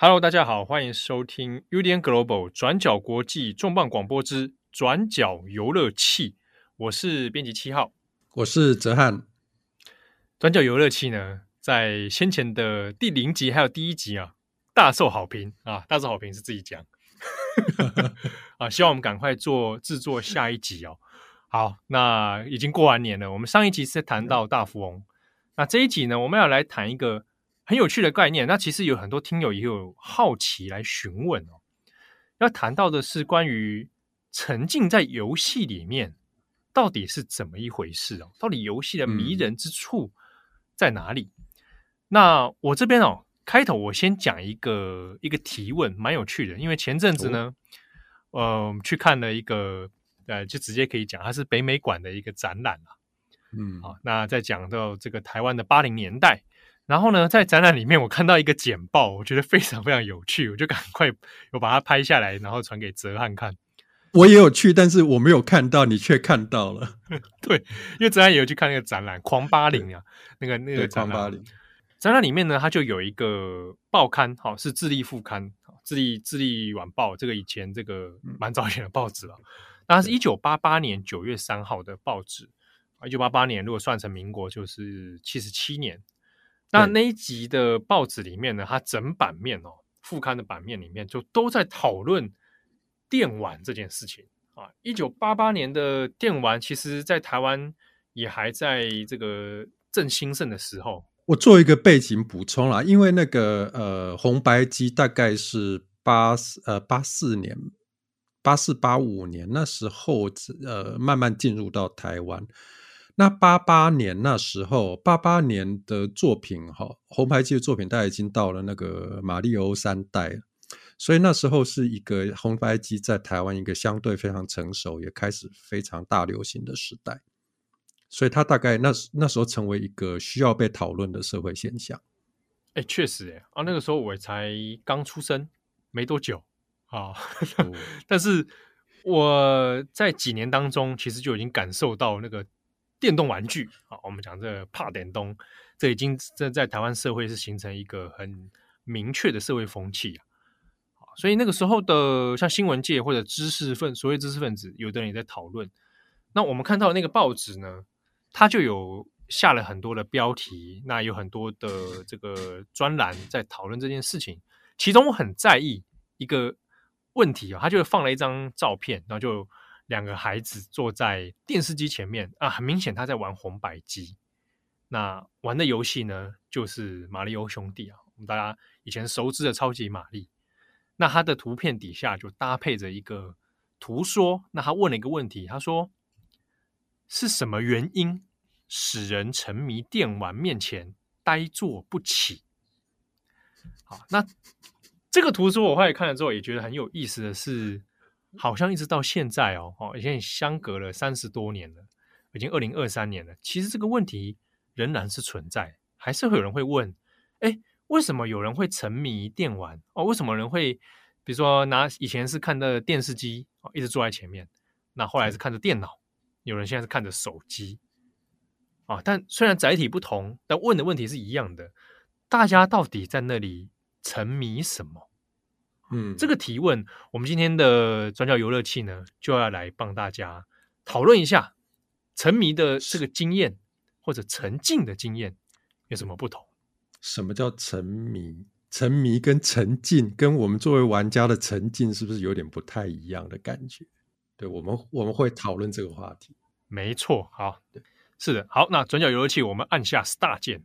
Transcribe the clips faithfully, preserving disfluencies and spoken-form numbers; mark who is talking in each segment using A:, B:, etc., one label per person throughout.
A: Hello， 大家好，欢迎收听 U D N Global 转角国际重磅广播之转角游乐器，我是编辑七号，
B: 我是哲翰。
A: 转角游乐器呢，在先前的第零集还有第一集啊，大受好评啊，大受好评是自己讲啊，希望我们赶快做制作下一集哦。好，那已经过完年了，我们上一集是谈到大富翁，那这一集呢，我们要来谈一个很有趣的概念，那其实有很多听友也有好奇来询问哦。要谈到的是关于沉浸在游戏里面到底是怎么一回事哦？到底游戏的迷人之处在哪里？嗯、那我这边哦，开头我先讲一个一个提问，蛮有趣的，因为前阵子呢，哦、呃，去看了一个呃，就直接可以讲，它是北美馆的一个展览啊。嗯，好，那在讲到这个台湾的八零年代。然后呢，在展览里面我看到一个简报，我觉得非常非常有趣，我就赶快有把它拍下来，然后传给哲翰看。
B: 我也有去，但是我没有看到，你却看到了。
A: 对，因为哲翰也有去看那个展览《狂八零》啊，那个那个
B: 展览。狂八零
A: 展览里面呢，它就有一个报刊，好、哦、是智利副刊，智利智利晚报，这个以前这个蛮早以前的报纸了。那它是一九八八年九月三号的报纸，一九八八年如果算成民国就是七十七年。那那一集的报纸里面呢，它整版面哦，副刊的版面里面就都在讨论电玩这件事情啊。一九八八年的电玩，其实在台湾也还在这个正兴盛的时候。
B: 我做一个背景补充啦，因为那个呃红白机大概是八呃八四年、八四八五年那时候呃慢慢进入到台湾。那八八年那时候，八八年的作品哈，红白机的作品，大概已经到了那个马里欧三代了，所以那时候是一个红白机在台湾一个相对非常成熟，也开始非常大流行的时代，所以它大概那那时候成为一个需要被讨论的社会现象。
A: 哎，确实哎啊，那个时候我才刚出生没多久啊，哦、但是我在几年当中，其实就已经感受到那个。电动玩具啊，我们讲这个怕电动，这已经这在台湾社会是形成一个很明确的社会风气啊。所以那个时候的像新闻界或者知识分所谓知识分子，有的人也在讨论。那我们看到那个报纸呢，它就有下了很多的标题，那有很多的这个专栏在讨论这件事情。其中我很在意一个问题啊，他就放了一张照片，然后就。两个孩子坐在电视机前面啊，很明显他在玩红白机。那玩的游戏呢，就是马里欧兄弟啊，我们大家以前熟知的超级玛丽。那他的图片底下就搭配着一个图说，那他问了一个问题，他说：是什么原因使人沉迷电玩面前呆坐不起？好，那这个图说我后来看了之后也觉得很有意思的是。好像一直到现在哦，哦，已经相隔了三十多年了，已经二零二三年了。其实这个问题仍然是存在，还是会有人会问：哎，为什么有人会沉迷电玩？哦，为什么人会，比如说拿以前是看的电视机，哦，一直坐在前面，那后来是看着电脑，有人现在是看着手机，啊，但虽然载体不同，但问的问题是一样的。大家到底在那里沉迷什么？嗯，这个提问，我们今天的转角游乐器呢，就要来帮大家讨论一下沉迷的这个经验或者沉浸的经验有什么不同？
B: 什么叫沉迷？沉迷跟沉浸，跟我们作为玩家的沉浸是不是有点不太一样的感觉？对，我们我们会讨论这个话题。
A: 没错，好，对，是的，好，那转角游乐器，我们按下 Start 键。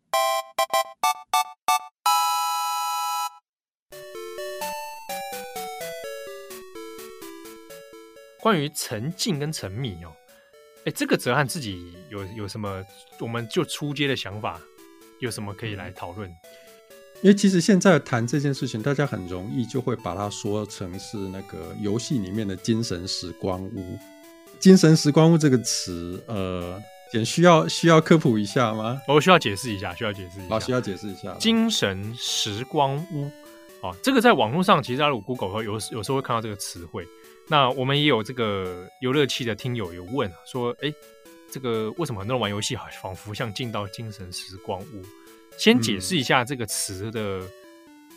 A: 关于沉浸跟沉迷哦，哎，这个哲翰自己有有什么？我们就出街的想法，有什么可以来讨论？
B: 因为其实现在谈这件事情，大家很容易就会把它说成是那个游戏里面的精神时光屋。精神时光屋这个词，呃，也需要需要科普一下吗？
A: 我、哦、需要解释一下，需要解释一下。
B: 好，需要解释一下。
A: 精神时光屋，哦，这个在网络上其实大家如果 Google 有有时候会看到这个词汇。那我们也有这个游乐器的听友有问说，哎，这个为什么很多人玩游戏仿佛像进到精神时光屋？先解释一下这个词的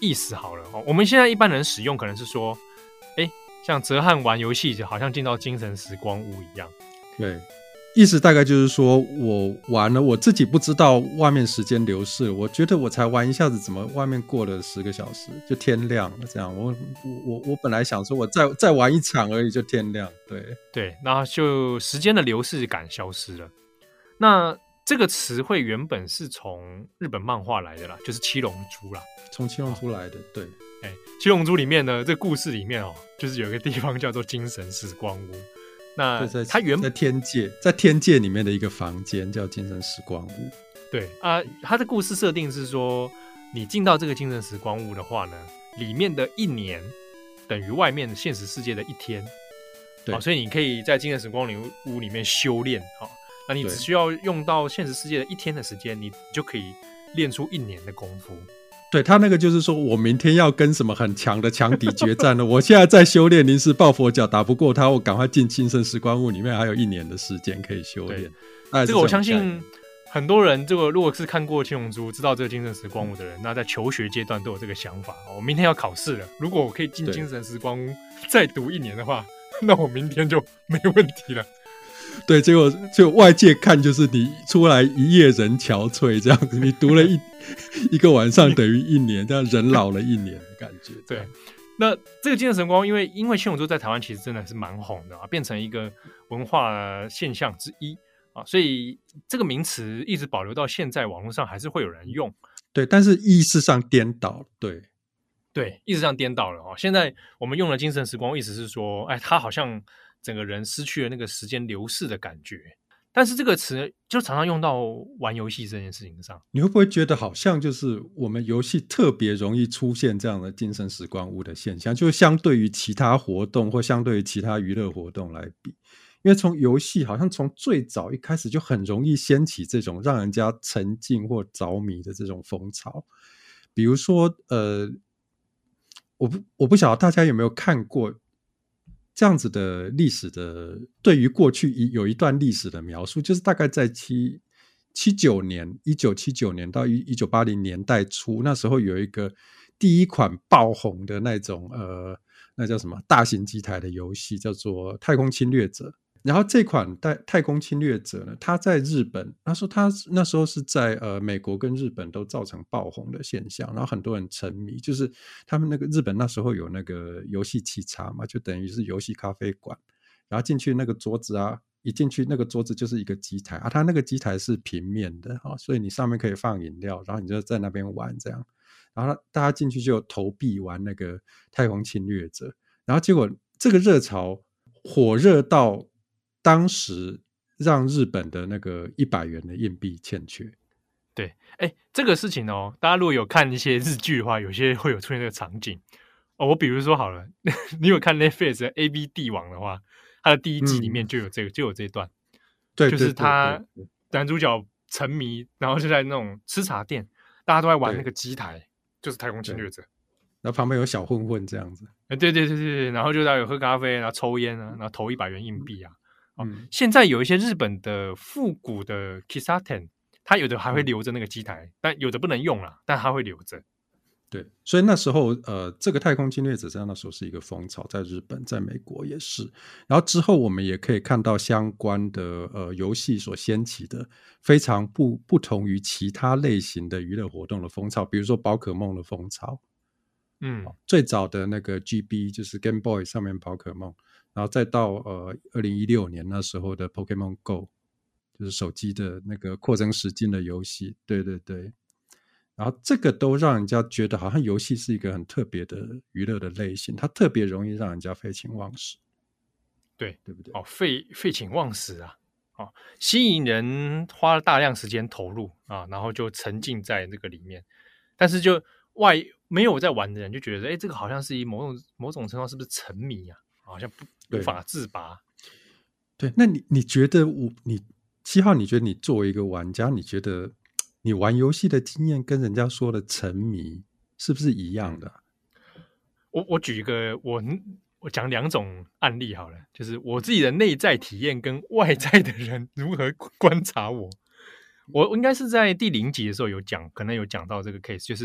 A: 意思好了、哦、我们现在一般人使用可能是说，哎，像哲翰玩游戏就好像进到精神时光屋一样。
B: 对，意思大概就是说我玩了，我自己不知道外面时间流逝，我觉得我才玩一下子，怎么外面过了十个小时就天亮了？这样，我我我本来想说我再再玩一场而已就天亮，对
A: 对，然后就时间的流逝感消失了。那这个词汇原本是从日本漫画来的啦，就是七龙珠啦，
B: 从七龙珠来的，对。
A: 哎，七龙珠里面呢，这个故事里面哦，就是有一个地方叫做精神时光屋。那它原
B: 在天界，在天界里面的一个房间叫精神时光屋。
A: 对啊、呃，它的故事设定是说，你进到这个精神时光屋的话呢，里面的一年等于外面现实世界的一天。对、哦，所以你可以在精神时光屋里面修炼。好、哦，那你只需要用到现实世界的一天的时间，你就可以练出一年的功夫。
B: 对，他那个就是说我明天要跟什么很强的强敌决战了，我现在在修炼临时抱佛脚，打不过他，我赶快进精神时光屋里面，还有一年的时间可以修炼。
A: 这, 这个我相信很多人，这个如果是看过七龙珠，知道这个精神时光屋的人，那在求学阶段都有这个想法。我明天要考试了，如果我可以进精神时光屋再读一年的话，那我明天就没问题了。
B: 对，结果就外界看就是你出来一夜人憔悴这样子，你读了一一个晚上等于一年，这样人老了一年的感觉。
A: 对，那这个精神时光，因为因为七龙珠在台湾其实真的是蛮红的啊，变成一个文化现象之一啊，所以这个名词一直保留到现在，网络上还是会有人用。
B: 对，但是意识上颠倒，对
A: 对，意识上颠倒了哦。现在我们用的精神时光，意思是说，哎，他好像整个人失去了那个时间流逝的感觉。但是这个词就常常用到玩游戏这件事情上。
B: 你会不会觉得好像就是我们游戏特别容易出现这样的精神时光屋的现象，就相对于其他活动或相对于其他娱乐活动来比，因为从游戏好像从最早一开始就很容易掀起这种让人家沉浸或着迷的这种风潮。比如说呃，我不我不晓得大家有没有看过这样子的历史的，对于过去有一段历史的描述，就是大概在七七九年，一九七九年到一九八零年代初，那时候有一个第一款爆红的那种呃，那叫什么大型机台的游戏，叫做《太空侵略者》。然后这款太太空侵略者呢，它在日本，他说他那时候是在呃美国跟日本都造成爆红的现象，然后很多人沉迷，就是他们那个日本那时候有那个游戏沏茶嘛，就等于是游戏咖啡馆，然后进去那个桌子啊，一进去那个桌子就是一个机台啊，它那个机台是平面的啊，所以你上面可以放饮料，然后你就在那边玩这样，然后大家进去就投币玩那个太空侵略者，然后结果这个热潮火热到当时让日本的那个一百元的硬币欠缺。
A: 对，哎，这个事情哦，大家如果有看一些日剧的话，有些会有出现这个场景哦。我比如说好了，你有看 Netflix 的 A B 帝王的话，它的第一季里面就有这个，嗯、就有这一段，
B: 对，
A: 就是他男主角沉迷，然后就在那种吃茶店，大家都在玩那个机台，就是太空侵略者。
B: 然后旁边有小混混这样子，
A: 对对对对对，然后就在有喝咖啡，然后抽烟啊，然后投一百元硬币啊。
B: 嗯，
A: 现在有一些日本的复古的 Kisaten， 它有的还会留着那个机台，嗯、但有的不能用了，但它会留着。
B: 对，所以那时候呃，这个太空侵略者在那时候是一个风潮，在日本、在美国也是。然后之后我们也可以看到相关的呃游戏所掀起的非常不不同于其他类型的娱乐活动的风潮，比如说宝可梦的风潮。
A: 嗯，
B: 最早的那个 G B 就是 Game Boy 上面宝可梦，然后再到呃二零一六年那时候的 Pokemon Go， 就是手机的那个扩增实境的游戏，对对对。然后这个都让人家觉得好像游戏是一个很特别的娱乐的类型，它特别容易让人家废寝忘食，
A: 对
B: 对不对？
A: 哦，废废寝忘食啊，哦，吸引人花了大量时间投入啊，然后就沉浸在这个里面，但是就外没有在玩的人就觉得，哎，这个好像是一某种某种程度是不是沉迷啊？好像不无法自拔。
B: 对，那你你觉得我你七号，你觉得你作为一个玩家，你觉得你玩游戏的经验跟人家说的沉迷是不是一样的、啊？
A: 我我举一个我我讲两种案例好了，就是我自己的内在体验跟外在的人如何观察我。我应该是在第零集的时候有讲，可能有讲到这个 case， 就是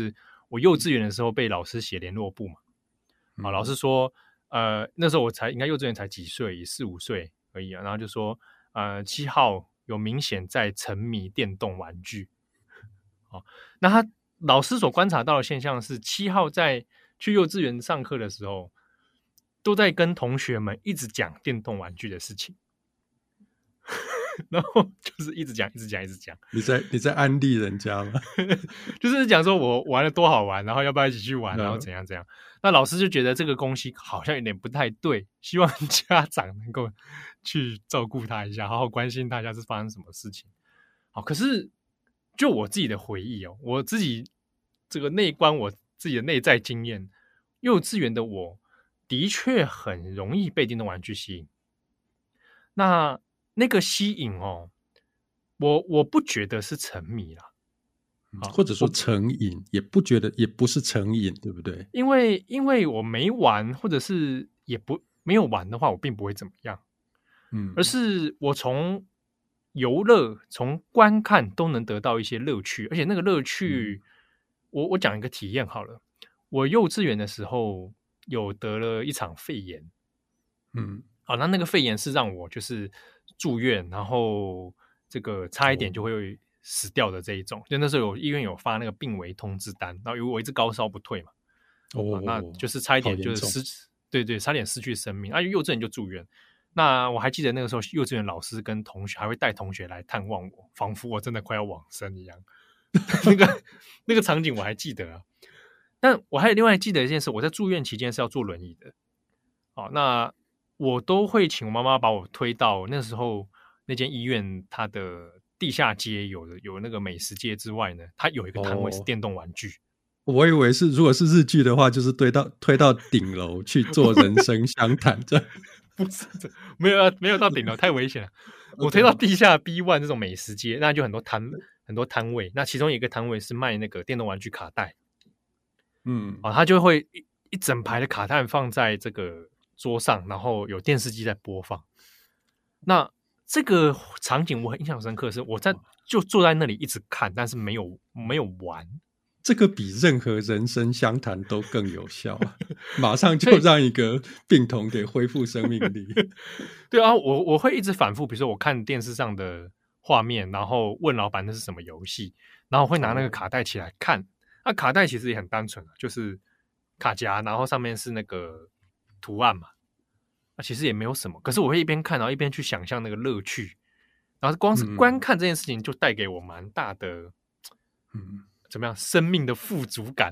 A: 我幼稚园的时候被老师写联络簿嘛，啊，老师说，呃，那时候我才应该幼稚园才几岁，四五岁而已啊，然后就说，呃，七号有明显在沉迷电动玩具，啊，那他老师所观察到的现象是，七号在去幼稚园上课的时候，都在跟同学们一直讲电动玩具的事情。然后就是一直讲一直讲一直讲，
B: 你在你在安利人家吗？
A: 就是讲说我玩的多好玩，然后要不要一起去玩，然后怎样怎样。那老师就觉得这个东西好像有点不太对，希望家长能够去照顾他一下，好好关心大家是发生什么事情。好，可是就我自己的回忆哦，我自己这个内观我自己的内在经验，幼稚园的我的确很容易被电动玩具吸引。那那个吸引哦，我我不觉得是沉迷啦，
B: 或者说成瘾，也不觉得，也不是成瘾，对不对？
A: 因为因为我没玩，或者是也不没有玩的话，我并不会怎么样，
B: 嗯，
A: 而是我从游乐、从观看都能得到一些乐趣，而且那个乐趣，嗯、我我讲一个体验好了，我幼稚园的时候有得了一场肺炎，
B: 嗯，
A: 好，那那个肺炎是让我就是住院，然后这个差一点就会死掉的这一种。就那时候有医院有发那个病危通知单，然后因为我一直高烧不退嘛，哦，啊、那就是差一点就是失，对对，差点失去生命。啊，幼稚园就住院。那我还记得那个时候，幼稚园老师跟同学还会带同学来探望我，仿佛我真的快要往生一样。那个那个场景我还记得啊。但我还有另外记得一件事，我在住院期间是要坐轮椅的。好，那我都会请我妈妈把我推到那时候那间医院，它的地下街有的有那个美食街之外呢，它有一个摊位是电动玩具。
B: 哦、我以为是如果是日剧的话，就是推到推到顶楼去做人生相谈，这
A: 不是没有没有到顶楼太危险了。我推到地下 B 一 这种美食街，那就很多摊很多摊位，那其中一个摊位是卖那个电动玩具卡带，嗯，啊，他就会一一整排的卡带放在这个桌上，然后有电视机在播放。那这个场景我很印象深刻，是我在就坐在那里一直看，但是没有没有玩。
B: 这个比任何人生相谈都更有效啊！马上就让一个病童给恢复生命力。
A: 对啊，我我会一直反复，比如说我看电视上的画面，然后问老板那是什么游戏，然后我会拿那个卡带起来看。那、哦啊、卡带其实也很单纯，就是卡夹，然后上面是那个图案嘛。那、啊、其实也没有什么，可是我会一边看，然后一边去想象那个乐趣。然后光是观看这件事情，就带给我蛮大的，嗯。怎么样？生命的富足感。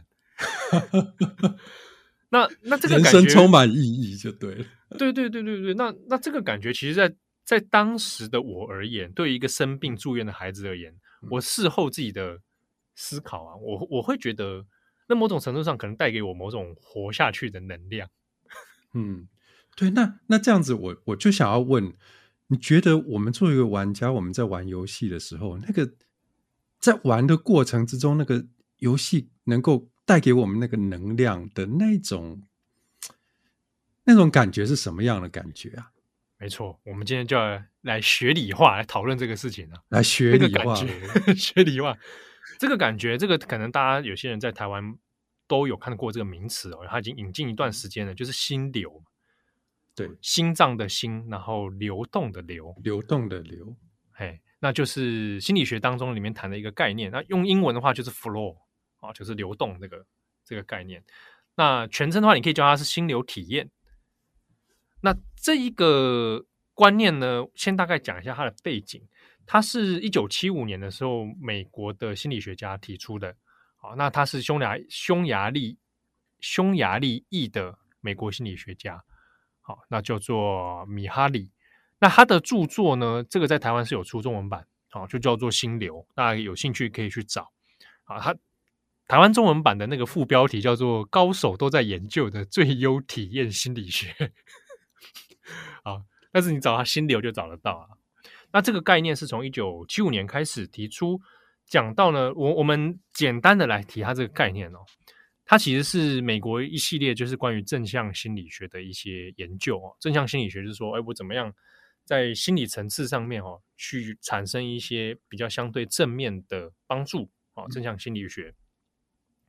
A: 那那这个感觉
B: 人生充满意义就对了。
A: 对对对对对，那那这个感觉，其实在在当时的我而言，对于一个生病住院的孩子而言，嗯、我事后自己的思考啊，我我会觉得，那某种程度上可能带给我某种活下去的能量。
B: 嗯，对，那那这样子我，我我就想要问，你觉得我们作为一个玩家，我们在玩游戏的时候，那个。在玩的过程之中，那个游戏能够带给我们那个能量的那种那种感觉是什么样的感觉啊？
A: 没错，我们今天就要来学理化来讨论这个事情啊，
B: 来学理化，
A: 学理化。这个感觉，这个可能大家有些人在台湾都有看过这个名词哦，它已经引进一段时间了，就是心流。
B: 对，
A: 心脏的心，然后流动的流，
B: 流动的流，
A: 嘿。那就是心理学当中里面谈的一个概念，那用英文的话就是 flow 啊，就是流动这个这个概念。那全称的话，你可以叫它是心流体验。那这一个观念呢，先大概讲一下它的背景。它是一九七五年的时候，美国的心理学家提出的。好，那他是匈牙匈牙利匈牙利裔的美国心理学家。好，那叫做米哈里。那他的著作呢，这个在台湾是有出中文版，好，就叫做心流，大家有兴趣可以去找。啊，他台湾中文版的那个副标题叫做高手都在研究的最优体验心理学。好，但是你找他心流就找得到啊。那这个概念是从一九七五年开始提出，讲到呢，我我们简单的来提它这个概念哦。它其实是美国一系列就是关于正向心理学的一些研究哦。正向心理学就是说，哎，我怎么样在心理层次上面哦，去产生一些比较相对正面的帮助啊、哦。正向心理学。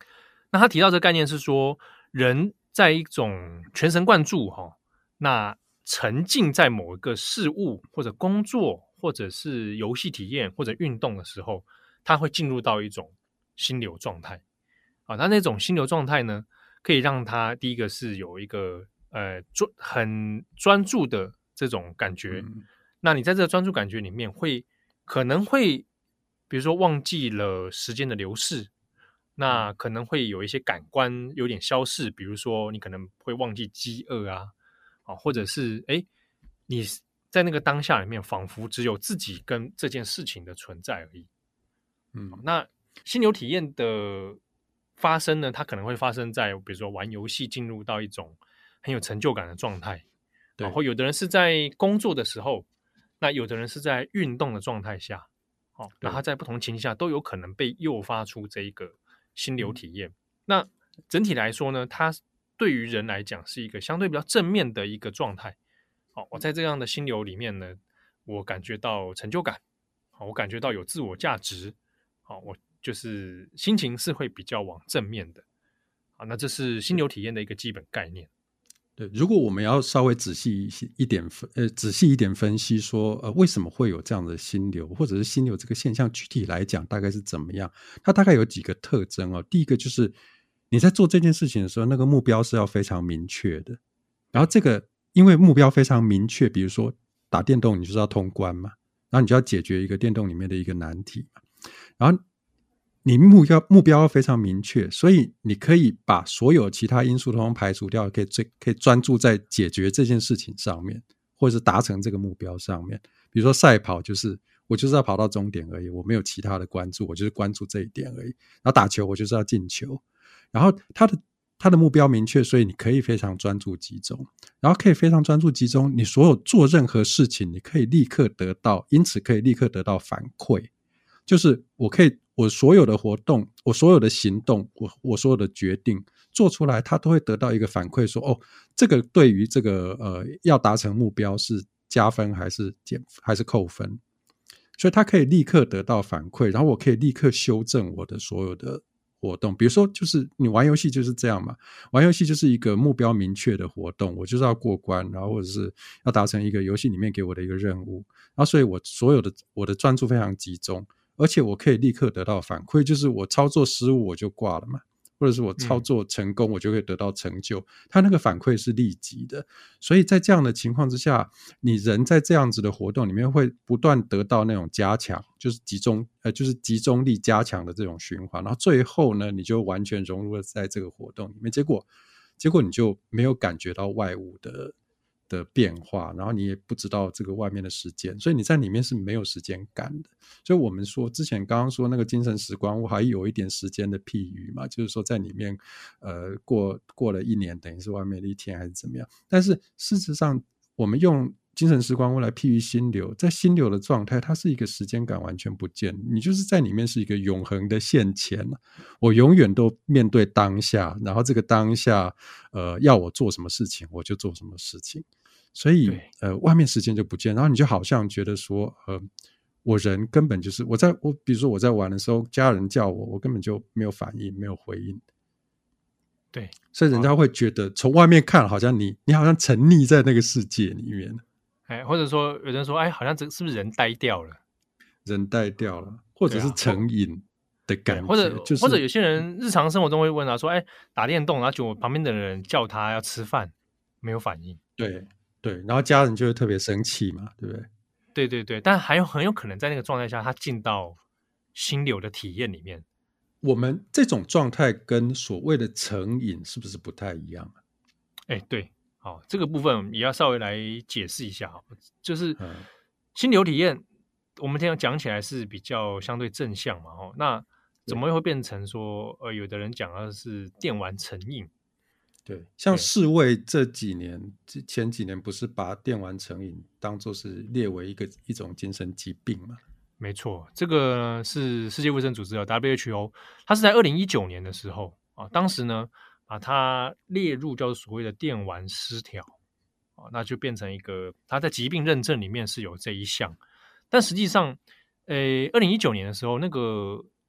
A: 那他提到这个概念是说，人在一种全神贯注哈、哦，那沉浸在某一个事物或者工作或者是游戏体验或者运动的时候，他会进入到一种心流状态啊。那那种心流状态呢，可以让他第一个是有一个呃专很专注的这种感觉。嗯、那你在这个专注感觉里面会可能会比如说忘记了时间的流逝。那可能会有一些感官有点消逝，比如说你可能会忘记饥饿啊，啊或者是哎你在那个当下里面仿佛只有自己跟这件事情的存在而已。嗯，那心流体验的发生呢，它可能会发生在比如说玩游戏进入到一种很有成就感的状态，然后有的人是在工作的时候，那有的人是在运动的状态下，哦，那他在不同情境下都有可能被诱发出这一个心流体验。嗯、那整体来说呢，它对于人来讲是一个相对比较正面的一个状态。好，我在这样的心流里面呢，我感觉到成就感，好，我感觉到有自我价值，好，我就是心情是会比较往正面的。好，那这是心流体验的一个基本概念。
B: 对，如果我们要稍微仔细一点分，呃，仔细一点分析说，呃，为什么会有这样的心流，或者是心流这个现象，具体来讲大概是怎么样？它大概有几个特征哦。第一个就是你在做这件事情的时候，那个目标是要非常明确的。然后这个因为目标非常明确，比如说打电动，你就是要通关嘛，然后你就要解决一个电动里面的一个难题嘛，然后你目标目标非常明确，所以你可以把所有其他因素通通排除掉，可以最可以专注在解决这件事情上面，或者是达成这个目标上面。比如说赛跑，就是我就是要跑到终点而已，我没有其他的关注，我就是关注这一点而已。然后打球，我就是要进球。然后他的他的目标明确，所以你可以非常专注集中，然后可以非常专注集中，你所有做任何事情，你可以立刻得到，因此可以立刻得到反馈。就是我可以，我所有的活动，我所有的行动，我我所有的决定做出来，它都会得到一个反馈说，哦，这个对于这个呃要达成目标是加分还是减还是扣分，所以它可以立刻得到反馈，然后我可以立刻修正我的所有的活动。比如说，就是你玩游戏就是这样嘛，玩游戏就是一个目标明确的活动，我就是要过关，然后或者是要达成一个游戏里面给我的一个任务，然后所以我所有的我的专注非常集中。而且我可以立刻得到反馈，就是我操作失误我就挂了嘛，或者是我操作成功我就可以得到成就，它那个反馈是立即的。所以在这样的情况之下，你人在这样子的活动里面会不断得到那种加强，就是集中呃，就是集中力加强的这种循环，然后最后呢，你就完全融入了在这个活动里面，结果结果你就没有感觉到外物的的变化，然后你也不知道这个外面的时间，所以你在里面是没有时间感的。所以我们说之前刚刚说那个精神时光屋还有一点时间的譬喻嘛，就是说在里面呃过过了一年等于是外面的一天还是怎么样，但是事实上我们用精神时光屋来譬喻心流，在心流的状态它是一个时间感完全不见，你就是在里面是一个永恒的现前，我永远都面对当下，然后这个当下呃要我做什么事情我就做什么事情，所以呃外面时间就不见，然后你就好像觉得说呃我人根本就是我在我比如说我在玩的时候家人叫我我根本就没有反应没有回应，
A: 对，
B: 所以人家会觉得从外面看好像你你好像沉溺在那个世界里面，
A: 哎，或者说有人说哎好像这是不是人呆掉了，
B: 人呆掉了，或者是成瘾的感觉，
A: 或者、
B: 就是、
A: 或者有些人日常生活中会问他说哎打电动，然后就旁边的人叫他要吃饭没有反应，
B: 对对，然后家人就会特别生气嘛，对不对？
A: 对对对，但还有很有可能在那个状态下他进到心流的体验里面。
B: 我们这种状态跟所谓的成瘾是不是不太一样啊？
A: 哎，对，好，这个部分也要稍微来解释一下，就是心流体验，我们这样讲起来是比较相对正向嘛，哦，那怎么会变成说，呃，有的人讲的是电玩成瘾？
B: 对，像世卫这几年前几年不是把电玩成瘾当作是列为一个一种精神疾病吗？
A: 没错，这个是世界卫生组织的 W H O， 它是在二零一九年的时候啊，当时呢把它列入叫做所谓的电玩失调啊，那就变成一个它在疾病认证里面是有这一项，但实际上，呃，二零一九年的时候，那个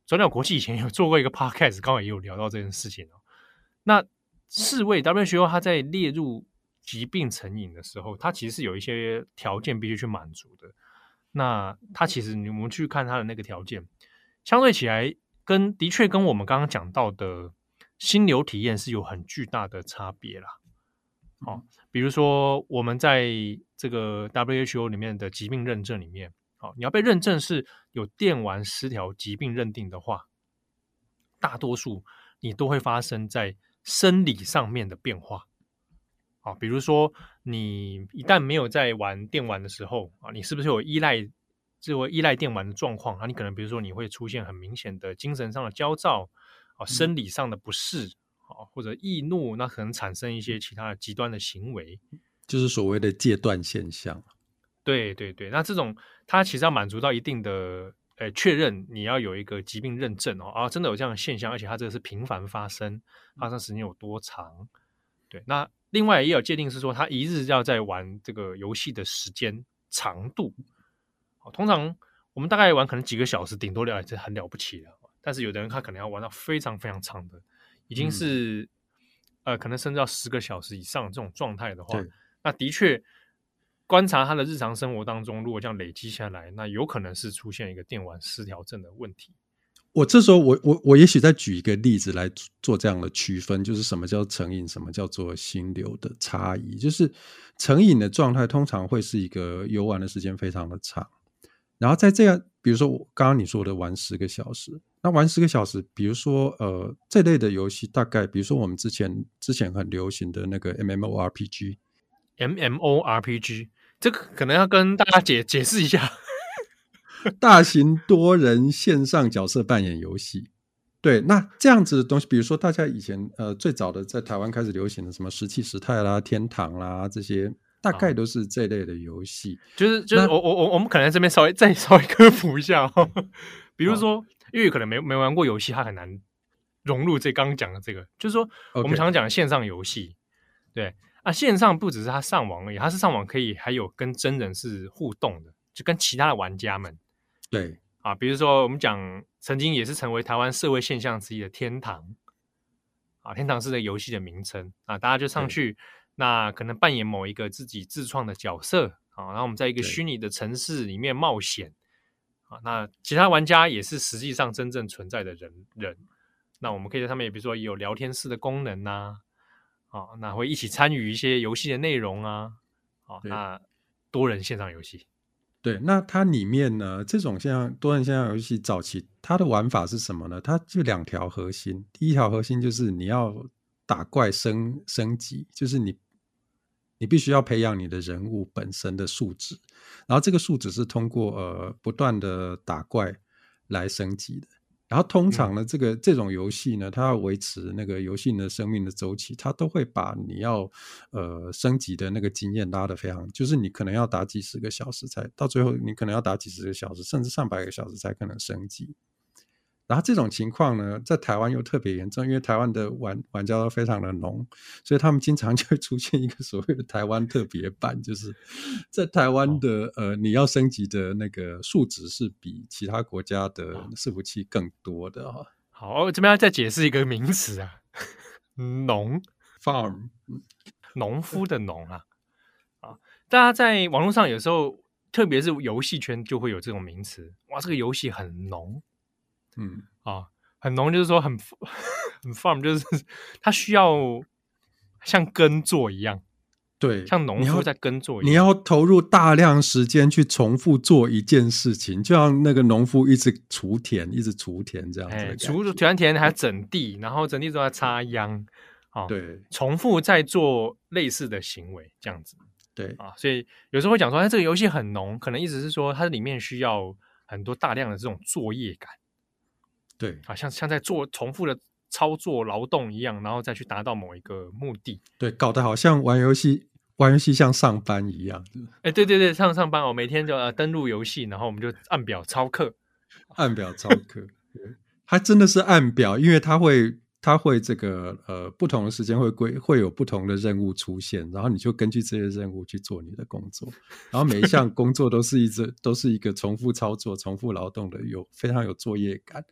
A: 转角国际以前有做过一个 podcast， 刚好也有聊到这件事情哦。那世卫 W H O 它在列入疾病成瘾的时候，它其实是有一些条件必须去满足的。那它其实我们去看它的那个条件，相对起来跟的确跟我们刚刚讲到的心流体验是有很巨大的差别啦。好、哦，比如说我们在这个 W H O 里面的疾病认证里面，好、哦，你要被认证是有电玩失调疾病认定的话，大多数你都会发生在生理上面的变化。好，比如说你一旦没有在玩电玩的时候啊，你是不是有依赖就会依赖电玩的状况啊？你可能比如说你会出现很明显的精神上的焦躁啊，生理上的不适啊，或者易怒，那可能产生一些其他的极端的行为，
B: 就是所谓的戒断现象。
A: 对对对，那这种它其实要满足到一定的呃确认，你要有一个疾病认证哦啊，真的有这样的现象，而且它这个是频繁发生，发生时间有多长？对，那另外也有界定是说，他一日要在玩这个游戏的时间长度。好，通常我们大概玩可能几个小时，顶多了这很了不起了。但是有的人他可能要玩到非常非常长的，已经是、嗯、呃可能甚至要十个小时以上这种状态的话，那的确观察他的日常生活当中，如果这样累积下来，那有可能是出现一个电玩失调症的问题。
B: 我这时候我我我也许再举一个例子来做这样的区分，就是什么叫成瘾，什么叫做心流的差异。就是成瘾的状态通常会是一个游玩的时间非常的长，然后在这样，比如说刚刚你说的玩十个小时，那玩十个小时，比如说呃这类的游戏，大概比如说我们之前之前很流行的那个 M M O R P G，M
A: M M O R P G 这个可能要跟大家解解释一下。
B: 大型多人线上角色扮演游戏。对，那这样子的东西，比如说大家以前呃最早的在台湾开始流行的什么石器时代啦、天堂啦，这些大概都是这类的游戏。
A: 就是就是我我我我们可能这边稍微再稍微科普一下哦。比如说，因为可能没没玩过游戏，它很难融入这刚刚讲的这个，就是说、okay. 我们常讲的线上游戏，对啊，线上不只是它上网而已，它是上网可以还有跟真人是互动的，就跟其他的玩家们。
B: 对
A: 啊，比如说我们讲曾经也是成为台湾社会现象之一的天堂啊，天堂是这个游戏的名称啊，大家就上去，那可能扮演某一个自己自创的角色啊，然后我们在一个虚拟的城市里面冒险啊，那其他玩家也是实际上真正存在的人人，那我们可以在上面，比如说也有聊天室的功能呐、啊，啊，那会一起参与一些游戏的内容啊，啊，那多人线上游戏。
B: 对，那它里面呢，这种像多人线上游戏早期它的玩法是什么呢？它就两条核心，第一条核心就是你要打怪升升级，就是你你必须要培养你的人物本身的素质，然后这个素质是通过呃不断的打怪来升级的。然后通常呢，这个这种游戏呢，它要维持那个游戏的生命的周期，它都会把你要呃升级的那个经验拉得非常，就是你可能要打几十个小时才到最后，你可能要打几十个小时，甚至上百个小时才可能升级。然后这种情况呢，在台湾又特别严重，因为台湾的玩玩家都非常的浓，所以他们经常就会出现一个所谓的台湾特别版，就是在台湾的、哦、呃，你要升级的那个数值是比其他国家的伺服器更多的哈、哦。
A: 好，我这边要再解释一个名词啊，农
B: farm，
A: 农夫的农啊，啊，大家在网络上有时候，特别是游戏圈就会有这种名词，哇，这个游戏很浓。
B: 嗯
A: 啊，很浓，就是说很很 farm， 就是它需要像耕作一样，
B: 对，
A: 像农夫在耕作一
B: 样，你要投入大量时间去重复做一件事情，就像那个农夫一直锄田，一直锄田这样子的感觉，
A: 锄锄完田还要整地，然后整地之后还插秧，啊，
B: 对，
A: 重复在做类似的行为，这样子，
B: 对
A: 啊，所以有时候会讲说，哎，这个游戏很浓，可能意思是说它里面需要很多大量的这种作业感。
B: 对
A: 啊，像像在做重复的操作劳动一样，然后再去达到某一个目的。
B: 对，搞得好像玩游戏玩游戏像上班一样。
A: 哎，对对对，上上班哦，每天就、呃、登录游戏，然后我们就按表操课，
B: 按表操课。它真的是按表，因为它会它会这个呃不同的时间会归会有不同的任务出现，然后你就根据这些任务去做你的工作，然后每一项工作都是一直都是一个重复操作、重复劳动的，有非常有作业感。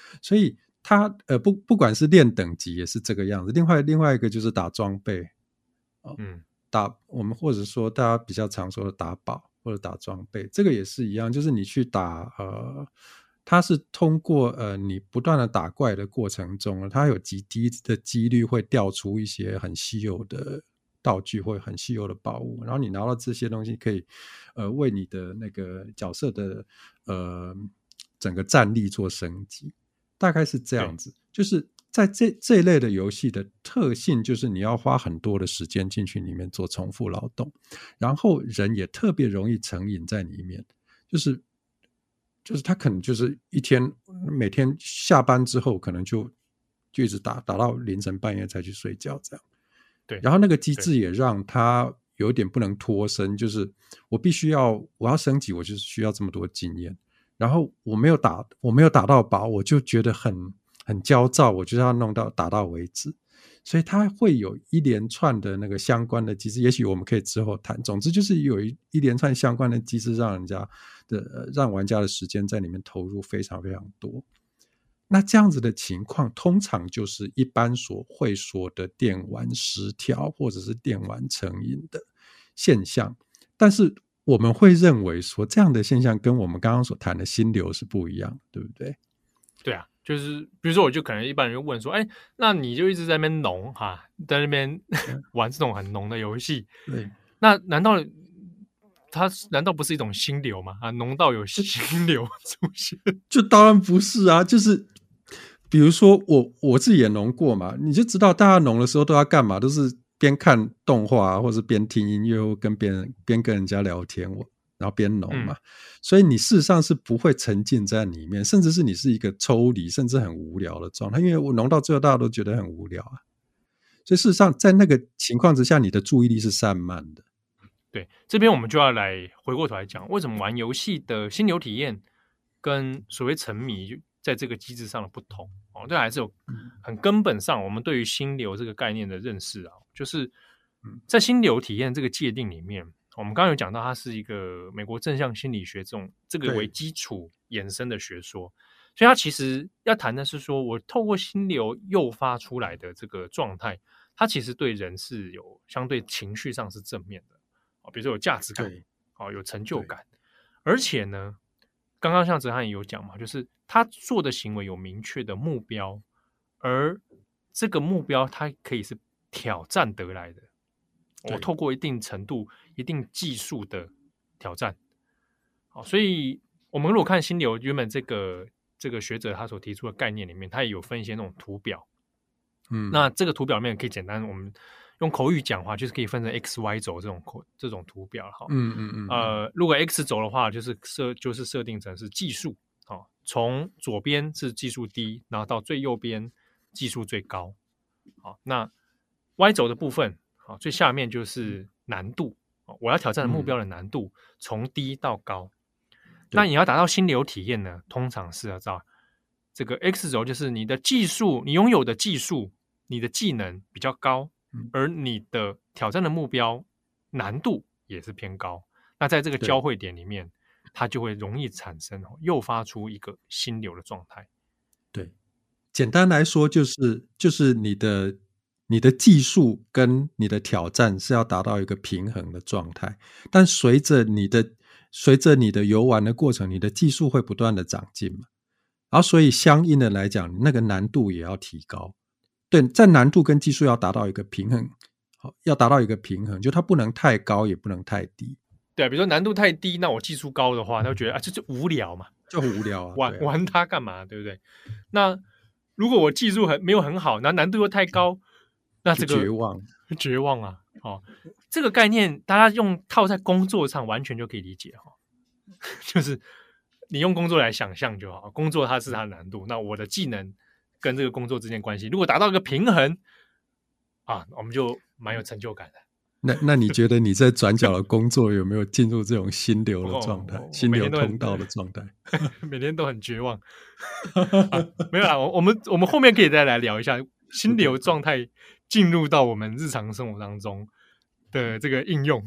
B: 所以他呃不不管是练等级也是这个样子。另外另外一个就是打装备，哦、嗯，打我们或者说大家比较常说的打宝或者打装备，这个也是一样，就是你去打呃。它是通过呃你不断的打怪的过程中，它有极低的几率会掉出一些很稀有的道具或很稀有的宝物，然后你拿到这些东西可以呃为你的那个角色的呃整个战力做升级，大概是这样子。就是在这这一类的游戏的特性，就是你要花很多的时间进去里面做重复劳动，然后人也特别容易成瘾在里面，就是就是他可能就是一天每天下班之后可能就就一直打打到凌晨半夜才去睡觉这样。
A: 对，
B: 然后那个机制也让他有点不能脱身，就是我必须要我要升级，我就是需要这么多经验，然后我没有打我没有打到宝，我就觉得很很焦躁，我就是要弄到打到为止。所以它会有一连串的那个相关的机制，也许我们可以之后谈。总之就是有一一连串相关的机制，让人家的让玩家的时间在里面投入非常非常多。那这样子的情况，通常就是一般所会说的电玩失调或者是电玩成瘾的现象。但是我们会认为说，这样的现象跟我们刚刚所谈的心流是不一样的，对不对？
A: 对啊。就是比如说我就可能一般人就问说，哎，那你就一直在那边农哈，在那边玩这种很农的游戏，
B: 对，
A: 那难道它难道不是一种心流吗？啊，农到有心流出现？
B: 就当然不是啊，就是比如说我我自己也农过嘛，你就知道大家农的时候都要干嘛，都是边看动画或是边听音乐或跟别人边跟人家聊天，我然后边农嘛、嗯，所以你事实上是不会沉浸在里面，甚至是你是一个抽离甚至很无聊的状态，因为我农到最后大家都觉得很无聊啊，所以事实上在那个情况之下，你的注意力是散漫的。
A: 对，这边我们就要来回过头来讲，为什么玩游戏的心流体验跟所谓沉迷在这个机制上的不同哦，这还是有很根本上我们对于心流这个概念的认识啊，就是在心流体验这个界定里面，我们刚刚有讲到它是一个美国正向心理学这种这个为基础衍生的学说，所以它其实要谈的是说，我透过心流诱发出来的这个状态，它其实对人是有相对情绪上是正面的。比如说有价值感，哦，有成就感，而且呢，刚刚像哲翰也有讲嘛，就是他做的行为有明确的目标，而这个目标它可以是挑战得来的，我透过一定程度、一定技术的挑战，好，所以我们如果看心流原本这个这个学者他所提出的概念里面，他也有分一些那种图表，嗯，那这个图表里面可以简单我们。用口语讲话，就是可以分成 X Y 轴这种这种图表哈。
B: 嗯嗯嗯。
A: 呃，如果 X 轴的话，就是设就是设定成是技术，哦，从左边是技术低，然后到最右边技术最高。好，那 Y 轴的部分，好，最下面就是难度，我要挑战的目标的难度，从低到高。那你要达到心流体验呢，通常是要照这个 X 轴，就是你的技术，你拥有的技术，你的技能比较高。而你的挑战的目标难度也是偏高，那在这个交汇点里面，它就会容易产生诱发出一个心流的状态。
B: 对，简单来说就是就是你的你的技术跟你的挑战是要达到一个平衡的状态，但随着你的随着你的游玩的过程，你的技术会不断的长进嘛，然后所以相应的来讲，那个难度也要提高。对，在难度跟技术要达到一个平衡，要达到一个平衡，就它不能太高，也不能太低。
A: 对，比如说难度太低，那我技术高的话，他会觉得啊，这就无聊嘛，
B: 就很无聊啊，
A: 玩
B: 啊
A: 玩它干嘛，对不对？那如果我技术很没有很好，那难度又太高，那这个
B: 绝望，
A: 绝望啊！哦，这个概念大家用套在工作上，完全就可以理解哈、哦，就是你用工作来想象就好，工作它是它的难度，那我的技能。跟这个工作之间关系，如果达到一个平衡啊，我们就蛮有成就感的。
B: 那那你觉得你在转角的工作有没有进入这种心流的状态、哦、心流通道的状态？
A: 每天都很绝望。啊、没有啦，我们我们后面可以再来聊一下心流状态进入到我们日常生活当中的这个应用。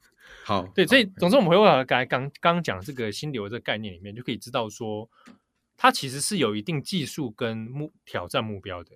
B: 好，
A: 对，所以总之我们回过来刚刚刚讲这个心流这个概念里面，就可以知道说。 它其实是有一定技术跟目挑战目标的。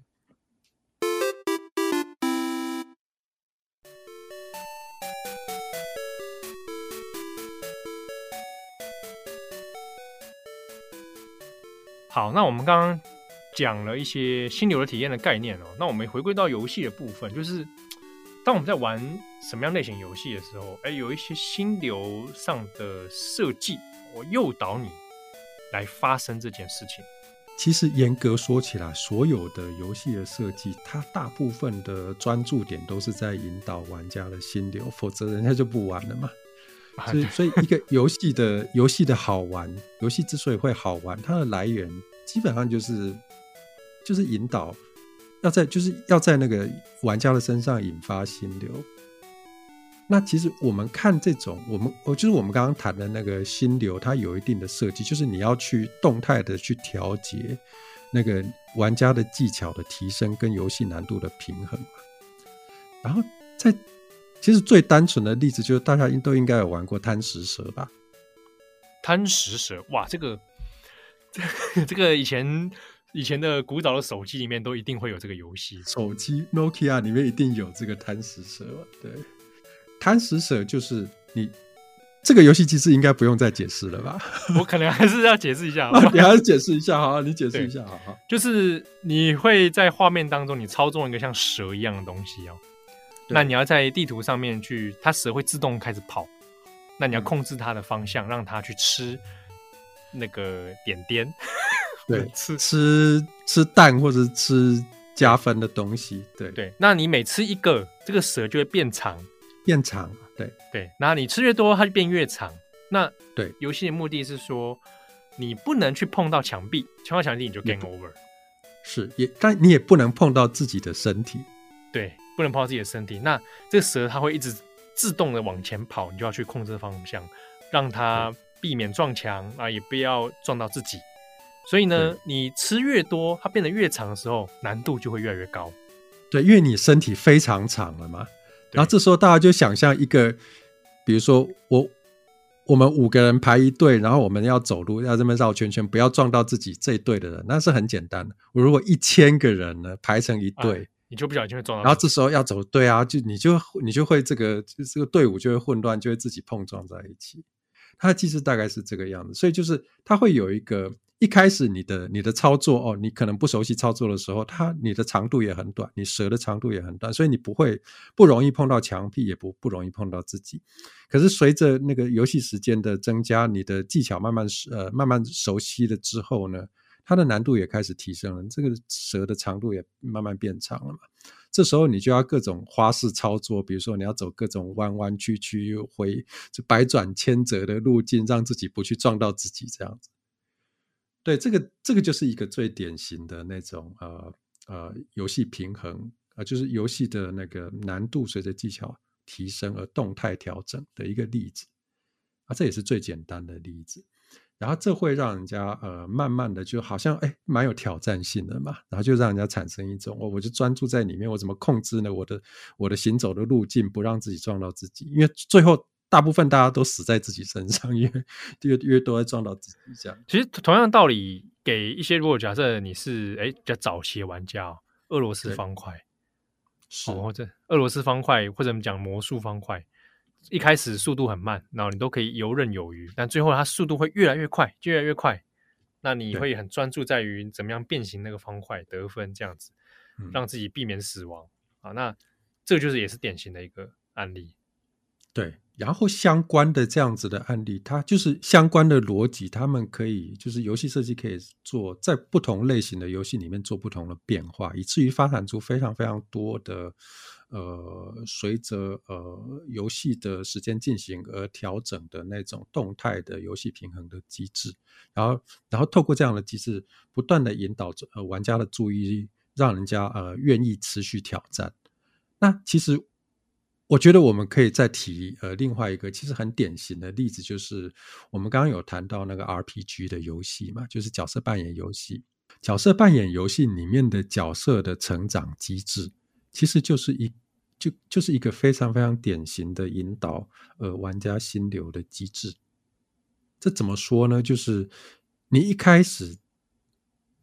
A: 好，那我们刚刚讲了一些心流的体验的概念哦，那我们回归到游戏的部分，就是当我们在玩什么样类型游戏的时候，哎，有一些心流上的设计，我诱导你来发生这件事情。
B: 其实严格说起来，所有的游戏的设计，它大部分的专注点都是在引导玩家的心流，否则人家就不玩了嘛。所以，所以一个游戏的游戏的好玩，游戏之所以会好玩，它的来源基本上就是就是引导，要在就是要在那个玩家的身上引发心流。那其实我们看这种，我们就是我们刚刚谈的那个心流，它有一定的设计，就是你要去动态的去调节那个玩家的技巧的提升跟游戏难度的平衡嘛。然后在其实最单纯的例子就是大家都应该有玩过贪食蛇吧？
A: 贪食蛇，哇，这个这个以前以前的古早的手机里面都一定会有这个游戏，
B: 手机 Nokia 里面一定有这个贪食蛇嘛。对，贪食蛇就是你这个游戏机制应该不用再解释了吧？
A: 我可能还是要解释一下，
B: 你还是解释一下，好，你解释一下，好好。
A: 就是你会在画面当中，你操纵一个像蛇一样的东西哦。那你要在地图上面去，它蛇会自动开始跑，那你要控制它的方向，让它去吃那个点点，
B: 对，吃吃吃蛋或者吃加分的东西，对
A: 对。那你每吃一个，这个蛇就会变长，
B: 变长，对
A: 对。那你吃越多，它就变越长。那
B: 对，
A: 游戏的目的是说，你不能去碰到墙壁，碰到墙壁你就 game over。
B: 是，也但你也不能碰到自己的身体，
A: 对。不能碰到自己的身体，那这个蛇它会一直自动的往前跑，你就要去控制方向，让它避免撞墙啊，也不要撞到自己。所以呢，你吃越多，它变得越长的时候，难度就会越来越高。
B: 对，因为你身体非常长了嘛。然后这时候大家就想象一个，比如说我我们五个人排一队，然后我们要走路，要这么绕圈圈，不要撞到自己这一队的人，那是很简单的。我如果一千个人呢排成一队。啊，
A: 你就不小心会撞到，
B: 然后这时候要走，对啊，就你就你就会这个这个队伍就会混乱，就会自己碰撞在一起。它的机制大概是这个样子，所以就是它会有一个一开始你的你的操作哦，你可能不熟悉操作的时候，它你的长度也很短，你蛇的长度也很短，所以你不会不容易碰到墙壁，也不不容易碰到自己。可是随着那个游戏时间的增加，你的技巧慢慢呃慢慢熟悉了之后呢，它的难度也开始提升了，这个蛇的长度也慢慢变长了嘛。这时候你就要各种花式操作，比如说你要走各种弯弯曲曲回百转千折的路径，让自己不去撞到自己这样子。对，这个这个就是一个最典型的那种呃呃游戏平衡，呃就是游戏的那个难度随着技巧提升而动态调整的一个例子啊，这也是最简单的例子。然后这会让人家呃慢慢的就好像哎蛮有挑战性的嘛，然后就让人家产生一种哦，我就专注在里面，我怎么控制呢？我的我的行走的路径不让自己撞到自己，因为最后大部分大家都死在自己身上，因为因为因为都在撞到自己这样。
A: 其实同样的道理，给一些如果假设你是哎比较早期的玩家、哦，俄罗斯方块是、哦、或者俄罗斯方块，或者我们讲魔术方块。一开始速度很慢，然后你都可以游刃有余，但最后它速度会越来越快，越来越快。那你会很专注在于怎么样变形那个方块得分，这样子让自己避免死亡、嗯、啊。那这个就是也是典型的一个案例。
B: 对，然后相关的这样子的案例，它就是相关的逻辑，他们可以就是游戏设计可以做在不同类型的游戏里面做不同的变化，以至于发展出非常非常多的呃随着呃游戏的时间进行而调整的那种动态的游戏平衡的机制，然后然后透过这样的机制不断的引导呃玩家的注意力，让人家呃愿意持续挑战。那其实我觉得我们可以再提呃另外一个其实很典型的例子，就是我们刚刚有谈到那个 R P G 的游戏嘛，就是角色扮演游戏。角色扮演游戏里面的角色的成长机制，其实就是一就就是一个非常非常典型的引导呃玩家心流的机制。这怎么说呢？就是你一开始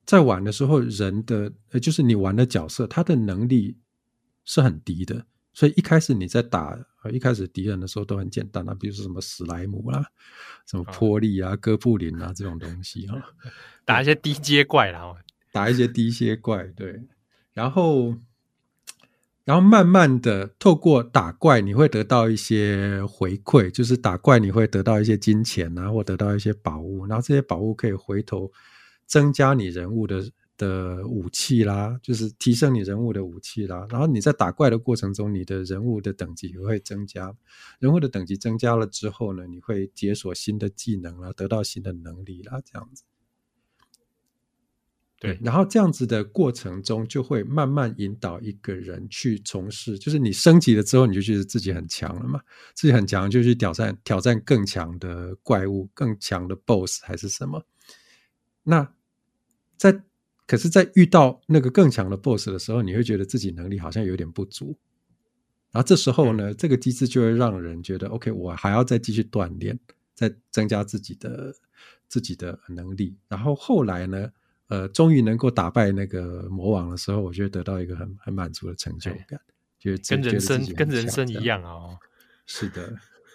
B: 在玩的时候，人的呃，就是你玩的角色，他的能力是很低的，所以一开始你在打，呃、一开始敌人的时候都很简单啊，比如说什么史莱姆啦、什么波利啊、哥布林啊这种东西啊，
A: 打一些低阶怪啦，
B: 打一些低阶怪，对，然后。然后慢慢的透过打怪你会得到一些回馈，就是打怪你会得到一些金钱啊，或得到一些宝物，然后这些宝物可以回头增加你人物的的武器啦，就是提升你人物的武器啦，然后你在打怪的过程中你的人物的等级也会增加，人物的等级增加了之后呢，你会解锁新的技能啦，得到新的能力啦，这样子。对，然后这样子的过程中就会慢慢引导一个人去从事，就是你升级了之后你就觉得自己很强了嘛，自己很强就去挑战挑战更强的怪物，更强的 boss 还是什么。那在可是在遇到那个更强的 boss 的时候，你会觉得自己能力好像有点不足，然后这时候呢，这个机制就会让人觉得 OK 我还要再继续锻炼，再增加自己的自己的能力，然后后来呢呃，终于能够打败那个魔王的时候，我就会得到一个很很满足的成就感，觉得
A: 跟人生跟人生一样啊、哦！
B: 是的，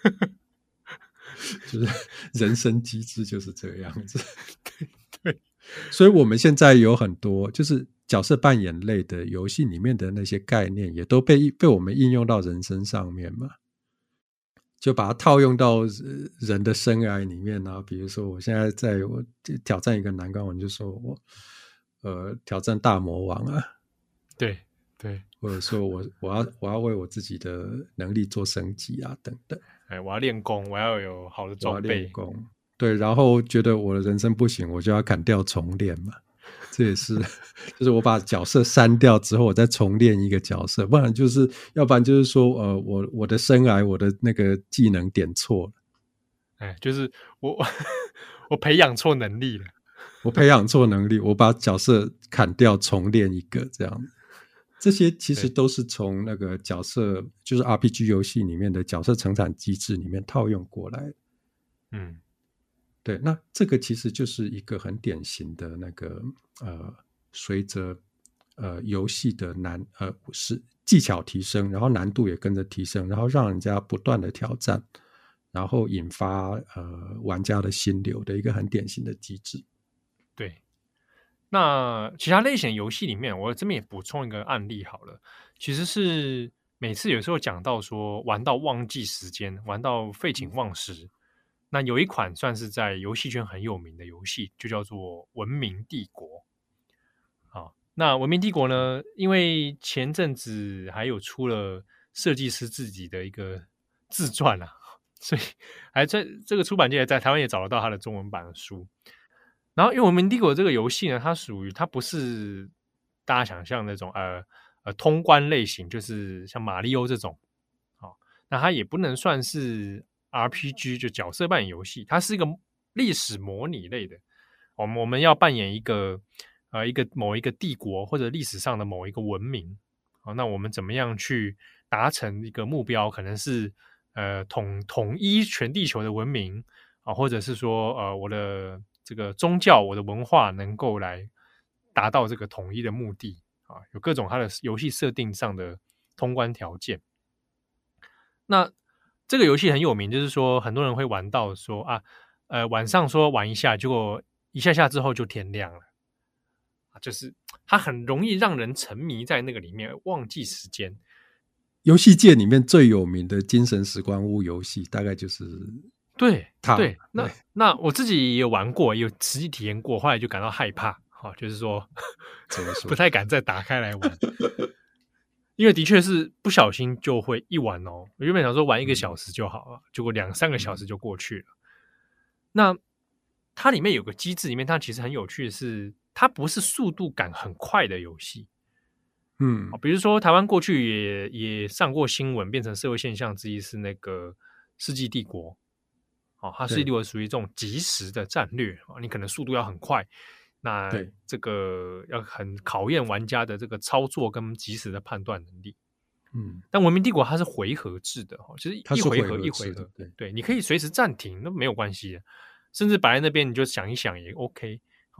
B: 就是人生机制就是这个样子。
A: 对对，
B: 所以我们现在有很多就是角色扮演类的游戏里面的那些概念，也都被被我们应用到人生上面嘛。就把它套用到人的生涯里面啊，比如说我现在在我挑战一个难关，我就说我呃挑战大魔王啊，
A: 对对，
B: 或者说我我要我要为我自己的能力做升级啊等等，
A: 哎，我要练功，我要有好的装备，
B: 我要练功，对，然后觉得我的人生不行，我就要砍掉重练嘛。这也是，就是我把角色删掉之后，我再重练一个角色，不然就是，要不然就是说，呃，我我的生涯，我的那个技能点错了，
A: 哎，就是我我培养错能力了，
B: 我培养错能力，我把角色砍掉，重练一个这样。这些其实都是从那个角色，就是 R P G 游戏里面的角色成长机制里面套用过来的。嗯。对，那这个其实就是一个很典型的那个呃，随着呃游戏的难呃是技巧提升，然后难度也跟着提升，然后让人家不断的挑战，然后引发呃玩家的心流的一个很典型的机制。
A: 对，那其他类型游戏里面，我这边也补充一个案例好了，其实是每次有时候讲到说玩到忘记时间，玩到废寝忘食。那有一款算是在游戏圈很有名的游戏，就叫做《文明帝国》。好，那《文明帝国》呢，因为前阵子还有出了设计师自己的一个自传啊，所以还在这个出版界在台湾也找得到他的中文版的书。然后，因为《文明帝国》这个游戏呢，它属于它不是大家想象那种呃呃通关类型，就是像马里奥这种。好，那它也不能算是R P G 就角色扮演游戏，它是一个历史模拟类的。我们我们要扮演一个呃一个某一个帝国或者历史上的某一个文明，好，那我们怎么样去达成一个目标？可能是呃统统一全地球的文明啊，或者是说呃我的这个宗教、我的文化能够来达到这个统一的目的啊，有各种它的游戏设定上的通关条件。那这个游戏很有名，就是说很多人会玩到说啊，呃，晚上说玩一下，结果一下下之后就天亮了，就是它很容易让人沉迷在那个里面，忘记时间。
B: 游戏界里面最有名的精神时光屋游戏，大概就是
A: 对
B: 它。
A: 对，那那我自己也有玩过，有实际体验过，后来就感到害怕，哦、就是说不太敢再打开来玩。因为的确是不小心就会一玩哦，我原本想说玩一个小时就好了，结果两三个小时就过去了。那它里面有个机制，里面它其实很有趣的是，它不是速度感很快的游戏。嗯，比如说台湾过去也也上过新闻，变成社会现象之一是那个《世纪帝国》。哦，它《世纪帝国》属于这种即时的战略，你可能速度要很快。那这个要很考验玩家的这个操作跟即时的判断能力。嗯，但文明帝国它是回合制的，就是一回合一回合，对对，你可以随时暂停，那没有关系的，甚至摆在那边你就想一想也 OK。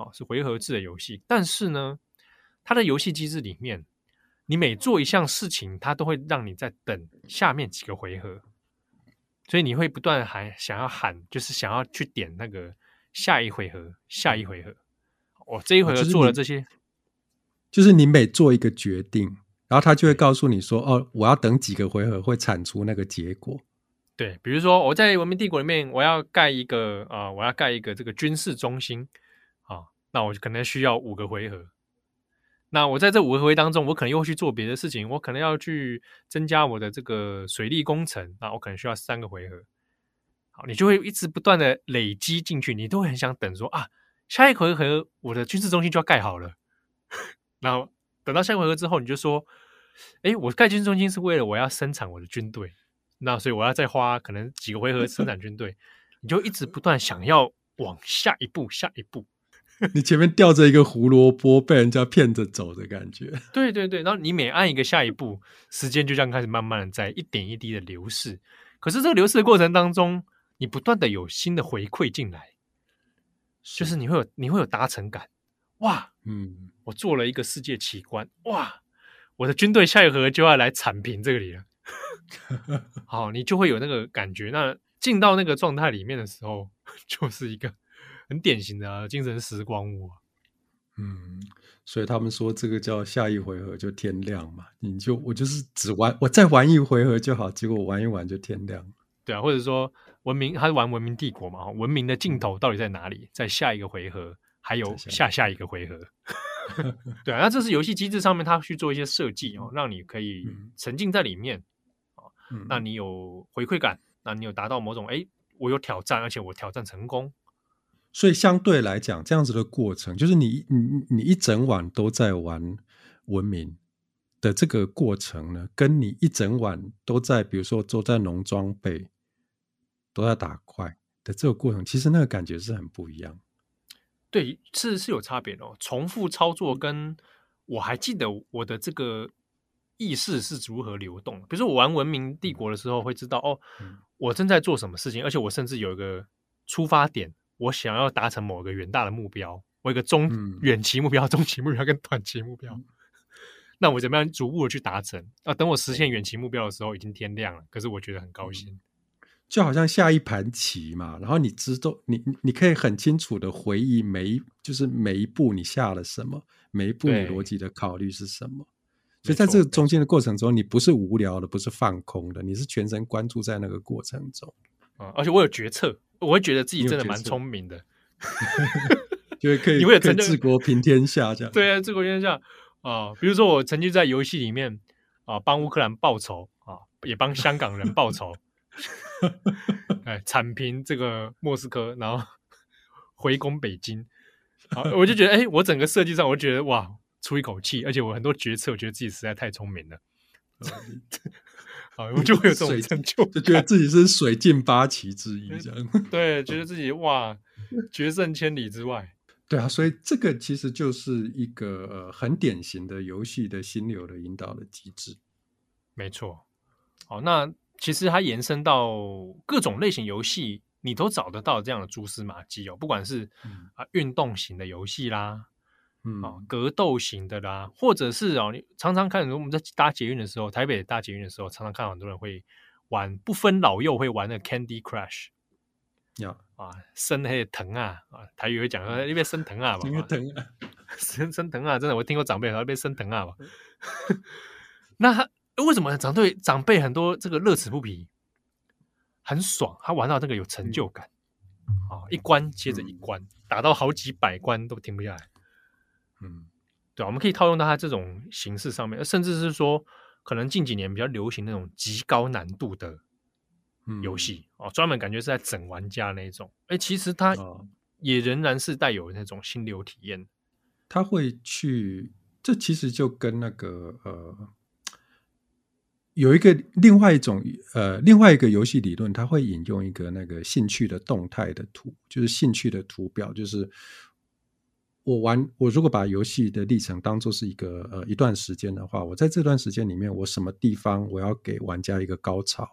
A: 好、是回合制的游戏，但是呢，它的游戏机制里面，你每做一项事情，它都会让你在等下面几个回合，所以你会不断喊想要喊，就是想要去点那个下一回合，下一回合。我、哦、这一回合做了这些，
B: 哦就是、就是你每做一个决定，然后他就会告诉你说，哦，我要等几个回合会产出那个结果。
A: 对，比如说我在文明帝国里面，我要盖一个啊、呃，我要盖一个这个军事中心啊，那我可能需要五个回合。那我在这五个回合当中，我可能又去做别的事情，我可能要去增加我的这个水利工程，那我可能需要三个回合。好，你就会一直不断的累积进去，你都会很想等说啊，下一回合我的军事中心就要盖好了。然后等到下一回合之后，你就说，哎，我盖军事中心是为了我要生产我的军队，那所以我要再花可能几个回合生产军队，你就一直不断想要往下一步，下一步。
B: 你前面吊着一个胡萝卜，被人家骗着走的感觉。
A: 对对对，然后你每按一个下一步，时间就这样开始慢慢的在一点一滴的流逝。可是这个流逝的过程当中，你不断的有新的回馈进来，就是你会有你会有达成感。哇，嗯，我做了一个世界奇观，哇，我的军队下一回合就要来铲平这里了。好，你就会有那个感觉。那进到那个状态里面的时候，就是一个很典型的、啊、精神时光屋、啊。
B: 嗯，所以他们说这个叫下一回合就天亮嘛，你就我就是只玩我再玩一回合就好，结果玩一玩就天亮。
A: 对啊，或者说文明，他是玩文明帝国嘛，文明的尽头到底在哪里？在下一个回合，还有下下一个回合。对啊，那这是游戏机制上面他去做一些设计哦，让你可以沉浸在里面。嗯、那你有回馈感，那你有达到某种哎，我有挑战，而且我挑战成功。
B: 所以相对来讲，这样子的过程，就是你你你一整晚都在玩文明的这个过程呢，跟你一整晚都在，比如说都在农装备，都在打怪的这个过程，其实那个感觉是很不一样。
A: 对，是是有差别的哦。重复操作跟我还记得我的这个意识是如何流动的。比如说我玩文明帝国的时候，会知道哦，我正在做什么事情，而且我甚至有一个出发点，我想要达成某个远大的目标，我有一个中远期目标、中期目标跟短期目标。那我怎么样逐步的去达成？啊，等我实现远期目标的时候，已经天亮了，可是我觉得很高兴。
B: 就好像下一盘棋嘛，然后你知道你你可以很清楚的回忆每一就是每一步你下了什么，每一步你逻辑的考虑是什么。所以在这个中间的过程中，你不是无聊的，不是放空的，你是全神关注在那个过程中。
A: 啊、而且我有决策，我会觉得自己真的蛮聪明的，
B: 就会可以
A: 你会有
B: 可以治国平天下这样。
A: 对啊，治国平天下啊、呃！比如说我曾经在游戏里面啊、呃、帮乌克兰报仇啊、呃，也帮香港人报仇。哎，铲平这个莫斯科，然后回攻北京，好，我就觉得，哎，我整个设计上，我就觉得哇，出一口气，而且我很多决策，我觉得自己实在太聪明了，好，我就会有这种成就，
B: 就觉得自己是水镜八奇之一，这样，
A: 对，觉得自己哇，决胜千里之外，
B: 对啊，所以这个其实就是一个、呃、很典型的游戏的心流的引导的机制，
A: 没错，好，那。其实它延伸到各种类型游戏，你都找得到这样的蛛丝马迹哦。不管是、嗯、啊运动型的游戏啦，嗯、啊格斗型的啦，或者是哦，你常常看我们在搭捷运的时候，台北搭捷运的时候，常常看到很多人会玩，不分老幼会玩那个 Candy Crush，
B: 呀、
A: yeah. 啊，生黑疼啊啊，台语会讲说那边生疼啊吧，
B: 那个疼啊，
A: 生生疼啊，真的我听过长辈说那边生疼啊吧，那他。为什么长辈长辈很多这个乐此不疲，很爽，他玩到这个有成就感，啊、嗯，一关接着一关，嗯、打到好几百关都停不下来，嗯，对、啊，我们可以套用到他这种形式上面，甚至是说，可能近几年比较流行那种极高难度的游戏哦，专、嗯、门感觉是在整玩家那一种，哎，其实它也仍然是带有那种心流体验，
B: 他会去，这其实就跟那个呃。有一个另外一种呃另外一个游戏理论，它会引用一个那个兴趣的动态的图，就是兴趣的图表，就是我玩我如果把游戏的历程当作是一个呃一段时间的话，我在这段时间里面，我什么地方我要给玩家一个高潮，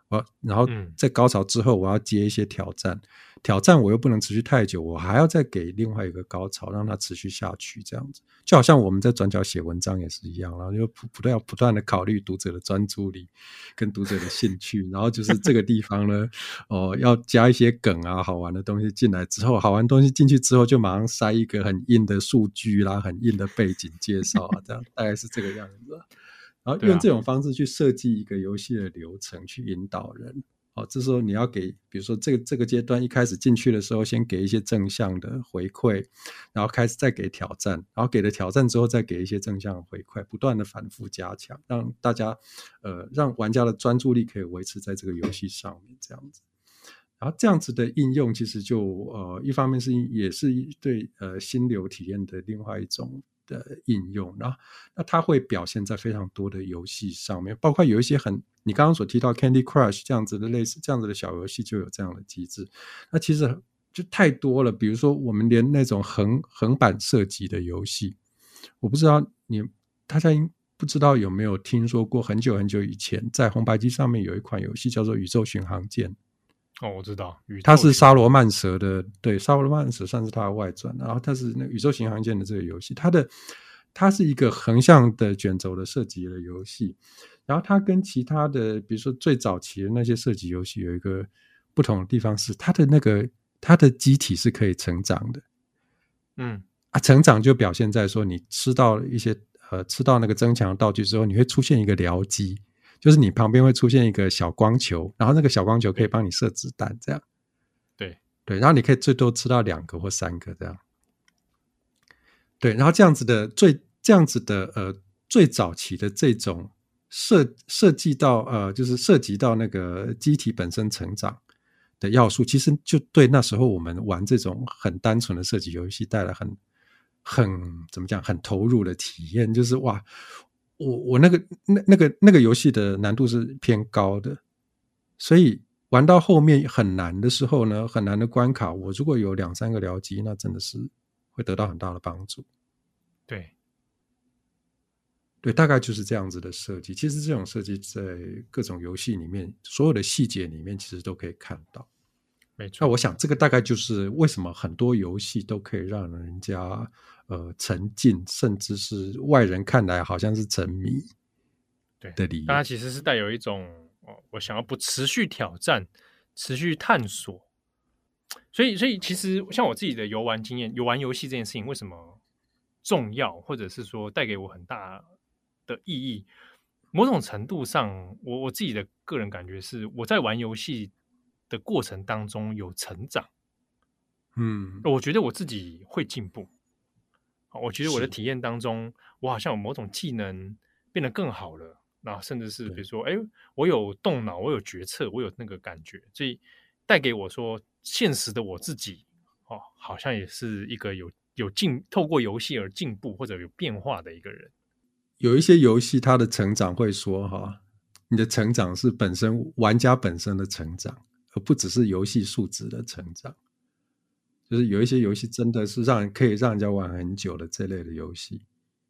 B: 我然后在高潮之后我要接一些挑战、嗯、挑战我又不能持续太久，我还要再给另外一个高潮让它持续下去，这样子就好像我们在转角写文章也是一样，然后就不断要不断的考虑读者的专注力跟读者的兴趣然后就是这个地方呢哦，要加一些梗啊好玩的东西进来之后，好玩的东西进去之后就马上塞一个很硬的数据啦，很硬的背景介绍啊，这样大概是这个样子，然后用这种方式去设计一个游戏的流程去引导人。好，这时候你要给比如说这个这个阶段一开始进去的时候先给一些正向的回馈，然后开始再给挑战，然后给了挑战之后再给一些正向的回馈，不断的反复加强，让大家呃让玩家的专注力可以维持在这个游戏上面，这样子。然后这样子的应用其实就呃一方面是也是对呃心流体验的另外一种的应用，然后那它会表现在非常多的游戏上面，包括有一些很你刚刚所提到 Candy Crush 这样子的类似这样子的小游戏就有这样的机制，那其实就太多了，比如说我们连那种横横版射击的游戏，我不知道你大家不知道有没有听说过，很久很久以前在红白机上面有一款游戏叫做宇宙巡航舰。
A: 哦，我知道，
B: 它是沙罗曼蛇的，对，沙罗曼蛇算是它的外传，然后它是那宇宙巡航舰的这个游戏，它的它是一个横向的卷轴的射击的游戏，然后它跟其他的比如说最早期的那些射击游戏有一个不同的地方是，它的那个它的机体是可以成长的，
A: 嗯
B: 啊，成长就表现在说你吃到一些呃吃到那个增强道具之后，你会出现一个僚机。就是你旁边会出现一个小光球，然后那个小光球可以帮你射子弹，这样。
A: 对
B: 对，然后你可以最多吃到两个或三个这样。对，然后这样子的最这样子的呃最早期的这种设设计到呃就是涉及到那个机体本身成长的要素，其实就对那时候我们玩这种很单纯的射击游戏带来很很怎么讲很投入的体验，就是哇。我我那个那那个那个游戏的难度是偏高的，所以玩到后面很难的时候呢，很难的关卡，我如果有两三个僚机，那真的是会得到很大的帮助。
A: 对，
B: 对，大概就是这样子的设计。其实这种设计在各种游戏里面，所有的细节里面，其实都可以看到。
A: 没错。
B: 那我想这个大概就是为什么很多游戏都可以让人家呃沉浸，甚至是外人看来好像是沉迷的理由。
A: 但它其实是带有一种、哦、我想要不持续挑战、持续探索。所以，所以其实像我自己的游玩经验，游玩游戏这件事情为什么重要，或者是说带给我很大的意义？某种程度上，我我自己的个人感觉是，我在玩游戏的过程当中有成长。
B: 嗯，
A: 我觉得我自己会进步。我觉得我的体验当中，我好像有某种技能变得更好了，然后甚至是比如说，哎，我有动脑，我有决策，我有那个感觉，所以带给我说，现实的我自己哦，好像也是一个有有进透过游戏而进步或者有变化的一个人。
B: 有一些游戏它的成长会说哈，你的成长是本身玩家本身的成长，而不只是游戏数值的成长。就是有一些游戏真的是让人可以让人家玩很久的这类的游戏。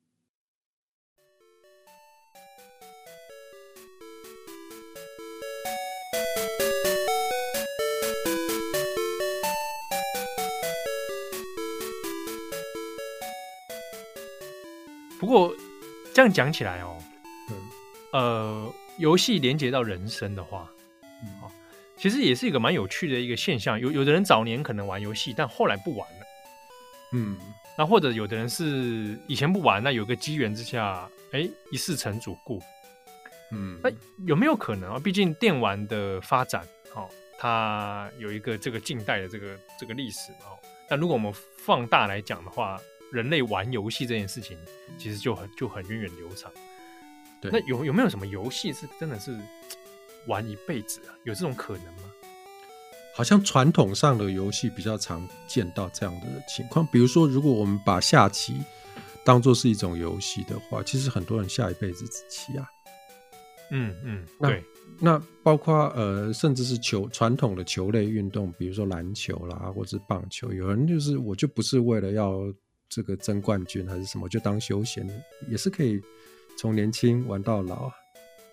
A: 不过这样讲起来哦，嗯、呃，游戏连接到人生的话，嗯、哦，其实也是一个蛮有趣的一个现象。有有的人早年可能玩游戏，但后来不玩了，
B: 嗯，
A: 那或者有的人是以前不玩，那有个机缘之下，哎，一试成主顾，
B: 嗯，
A: 那有没有可能啊？毕竟电玩的发展，哦，它有一个这个近代的这个这个历史哦。但如果我们放大来讲的话，人类玩游戏这件事情，其实就很就很源远流长。
B: 对，
A: 那有有没有什么游戏是真的是玩一辈子啊？有这种可能吗？
B: 好像传统上的游戏比较常见到这样的情况，比如说，如果我们把下棋当作是一种游戏的话，其实很多人下一辈子只棋啊。
A: 嗯嗯，
B: 对。那包括呃，甚至是球传统的球类运动，比如说篮球啦，或是棒球，有人就是我就不是为了要这个争冠军还是什么，就当休闲，也是可以从年轻玩到老。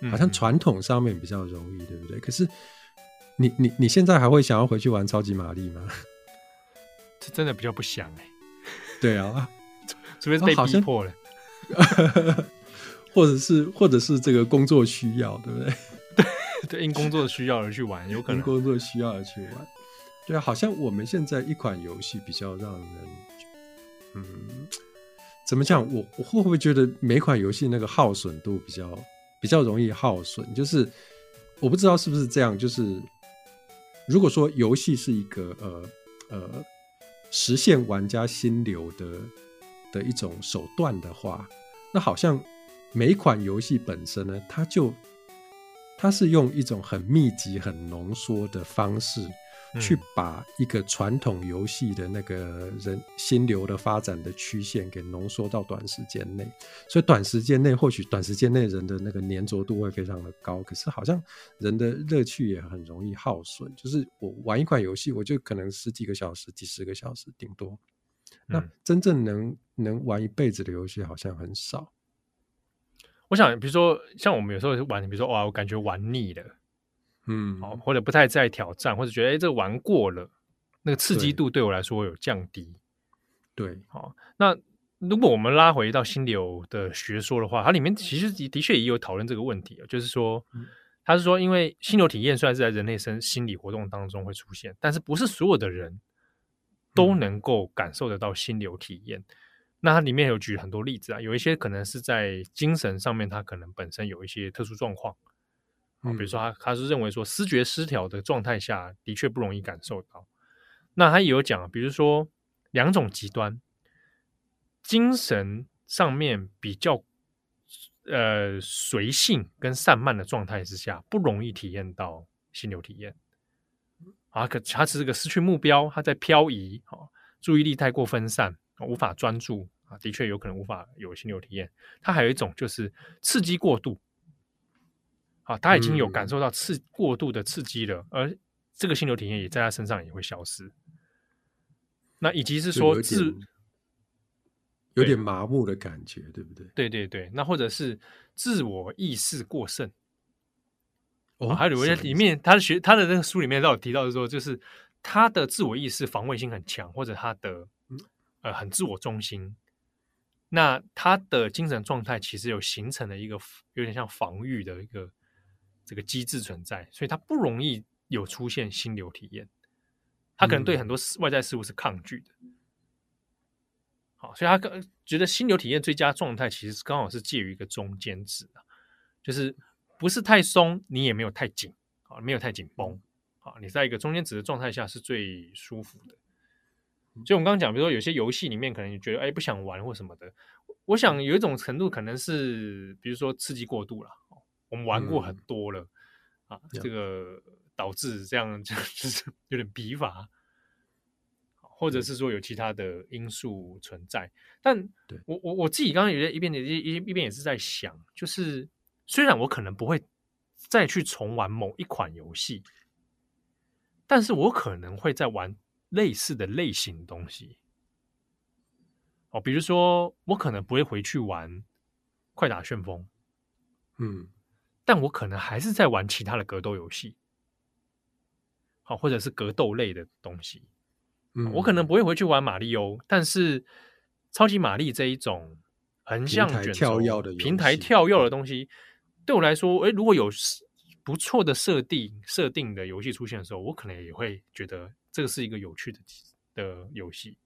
B: 好像传统上面比较容易，对不对？可是你你你现在还会想要回去玩超级玛丽吗？
A: 这真的比较不想哎、欸。
B: 对啊，
A: 除非是被逼迫了，
B: 哦、或者是或者是这个工作需要，对不对？
A: 对对，因工作需要而去玩，有可能
B: 因工作需要而去玩。对啊，好像我们现在一款游戏比较让人，嗯，怎么讲？我我会不会觉得每款游戏那个耗损度比较比较容易耗损？就是我不知道是不是这样。就是如果说游戏是一个呃呃实现玩家心流的的一种手段的话，那好像每一款游戏本身呢，它就它是用一种很密集、很浓缩的方式。去把一个传统游戏的那个人心流的发展的曲线给浓缩到短时间内，所以短时间内或许短时间内人的那个粘着度会非常的高，可是好像人的乐趣也很容易耗损。就是我玩一款游戏，我就可能十几个小时、几十个小时顶多，那真正能能玩一辈子的游戏好像很少。
A: 我想，比如说像我们有时候玩，比如说哇，我感觉玩腻了。嗯，好，或者不太在挑战，或者觉得哎，这个玩过了，那个刺激度对我来说有降低。
B: 对，
A: 好，那如果我们拉回到心流的学说的话，它里面其实的确也有讨论这个问题，就是说，他是说，因为心流体验虽然是在人类身心理活动当中会出现，但是不是所有的人都能够感受得到心流体验。嗯、那它里面有举很多例子啊，有一些可能是在精神上面，它可能本身有一些特殊状况。比如说他他是认为说思觉失调的状态下的确不容易感受到。那他也有讲，比如说两种极端，精神上面比较呃随性跟散漫的状态之下，不容易体验到心流体验。啊，可他是个失去目标，他在漂移，哦、注意力太过分散，哦、无法专注啊，的确有可能无法有心流体验。他还有一种就是刺激过度。啊，他已经有感受到刺过度的刺激了，嗯、而这个心流体验也在他身上也会消失。那以及是说自
B: 有点麻木的感觉，对不对？
A: 对对对，那或者是自我意识过剩。
B: 哦，
A: 啊、还有些里面他的学他的那个书里面都有提到，说就是他的自我意识防卫性很强，或者他的呃很自我中心。那他的精神状态其实有形成了一个有点像防御的一个这个机制存在，所以他不容易有出现心流体验。他可能对很多外在事物是抗拒的。好，所以他觉得心流体验最佳状态其实刚好是介于一个中间值、啊、就是不是太松，你也没有太紧，没有太紧绷，你在一个中间值的状态下是最舒服的。所以我们刚刚讲，比如说有些游戏里面可能你觉得哎不想玩或什么的，我想有一种程度可能是比如说刺激过度了，我们玩过很多了、嗯、啊，这个导致这样就是有点疲乏，或者是说有其他的因素存在。但我我我自己刚刚有一边一一边也是在想，就是虽然我可能不会再去重玩某一款游戏，但是我可能会再玩类似的类型的东西。哦，比如说我可能不会回去玩快打旋风，
B: 嗯，
A: 但我可能还是在玩其他的格斗游戏，好，或者是格斗类的东西。嗯、我可能不会回去玩马里欧，但是超级玛丽这一种横向卷轴平台跳跃的东西，对我来说，诶，如果有不错的设定设定的游戏出现的时候，我可能也会觉得这个是一个有趣的的游戏。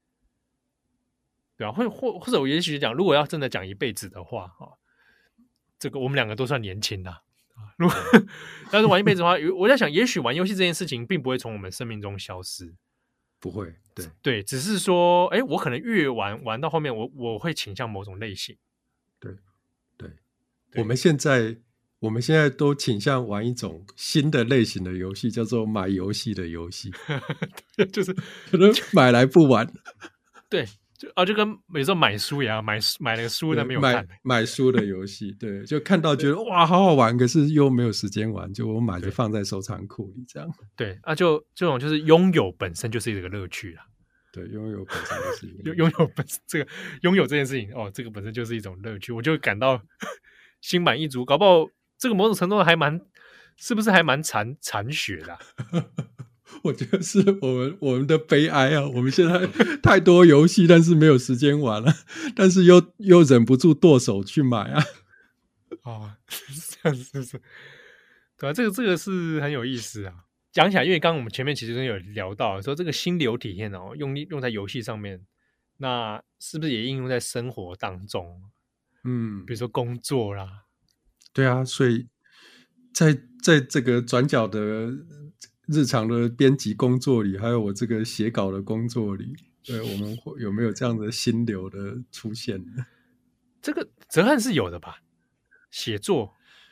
A: 对啊，或或或者我也许讲，如果要真的讲一辈子的话，啊，这个我们两个都算年轻的、啊，如果但是玩一辈子的话，我在想，也许玩游戏这件事情并不会从我们生命中消失，
B: 不会，对
A: 对，只是说，哎，我可能越玩玩到后面，我我会倾向某种类型，
B: 对对，我们现在我们现在都倾向玩一种新的类型的游戏，叫做买游戏的游戏，
A: 就是
B: 可能买来不玩，
A: 对。就啊，就跟有时候买书一样，买买了个书但没有看，
B: 买买书的游戏，对，就看到觉得哇好好玩，可是又没有时间玩，就我买着放在收藏库里这样。
A: 对啊，就这种就是拥有本身就是一个乐趣啦。
B: 对，拥有本身就是一个
A: 拥有本这个拥有这件事情哦，这个本身就是一种乐趣，我就感到心满意足。搞不好这个某种程度还蛮，是不是还蛮残残血的、啊？
B: 我觉得是我们我们的悲哀啊！我们现在太多游戏，但是没有时间玩了，但是又又忍不住剁手去买啊！
A: 哦，这样子是不是？对啊，这个这个是很有意思啊。讲起来，因为刚刚我们前面其实有聊到说这个心流体验哦，用用在游戏上面，那是不是也应用在生活当中？
B: 嗯，
A: 比如说工作啦，
B: 对啊，所以在在这个转角的日常的编辑工作里，还有我这个写稿的工作里，对我们会有没有这样的心流的出现呢？
A: 这个泽汉是有的吧？写作，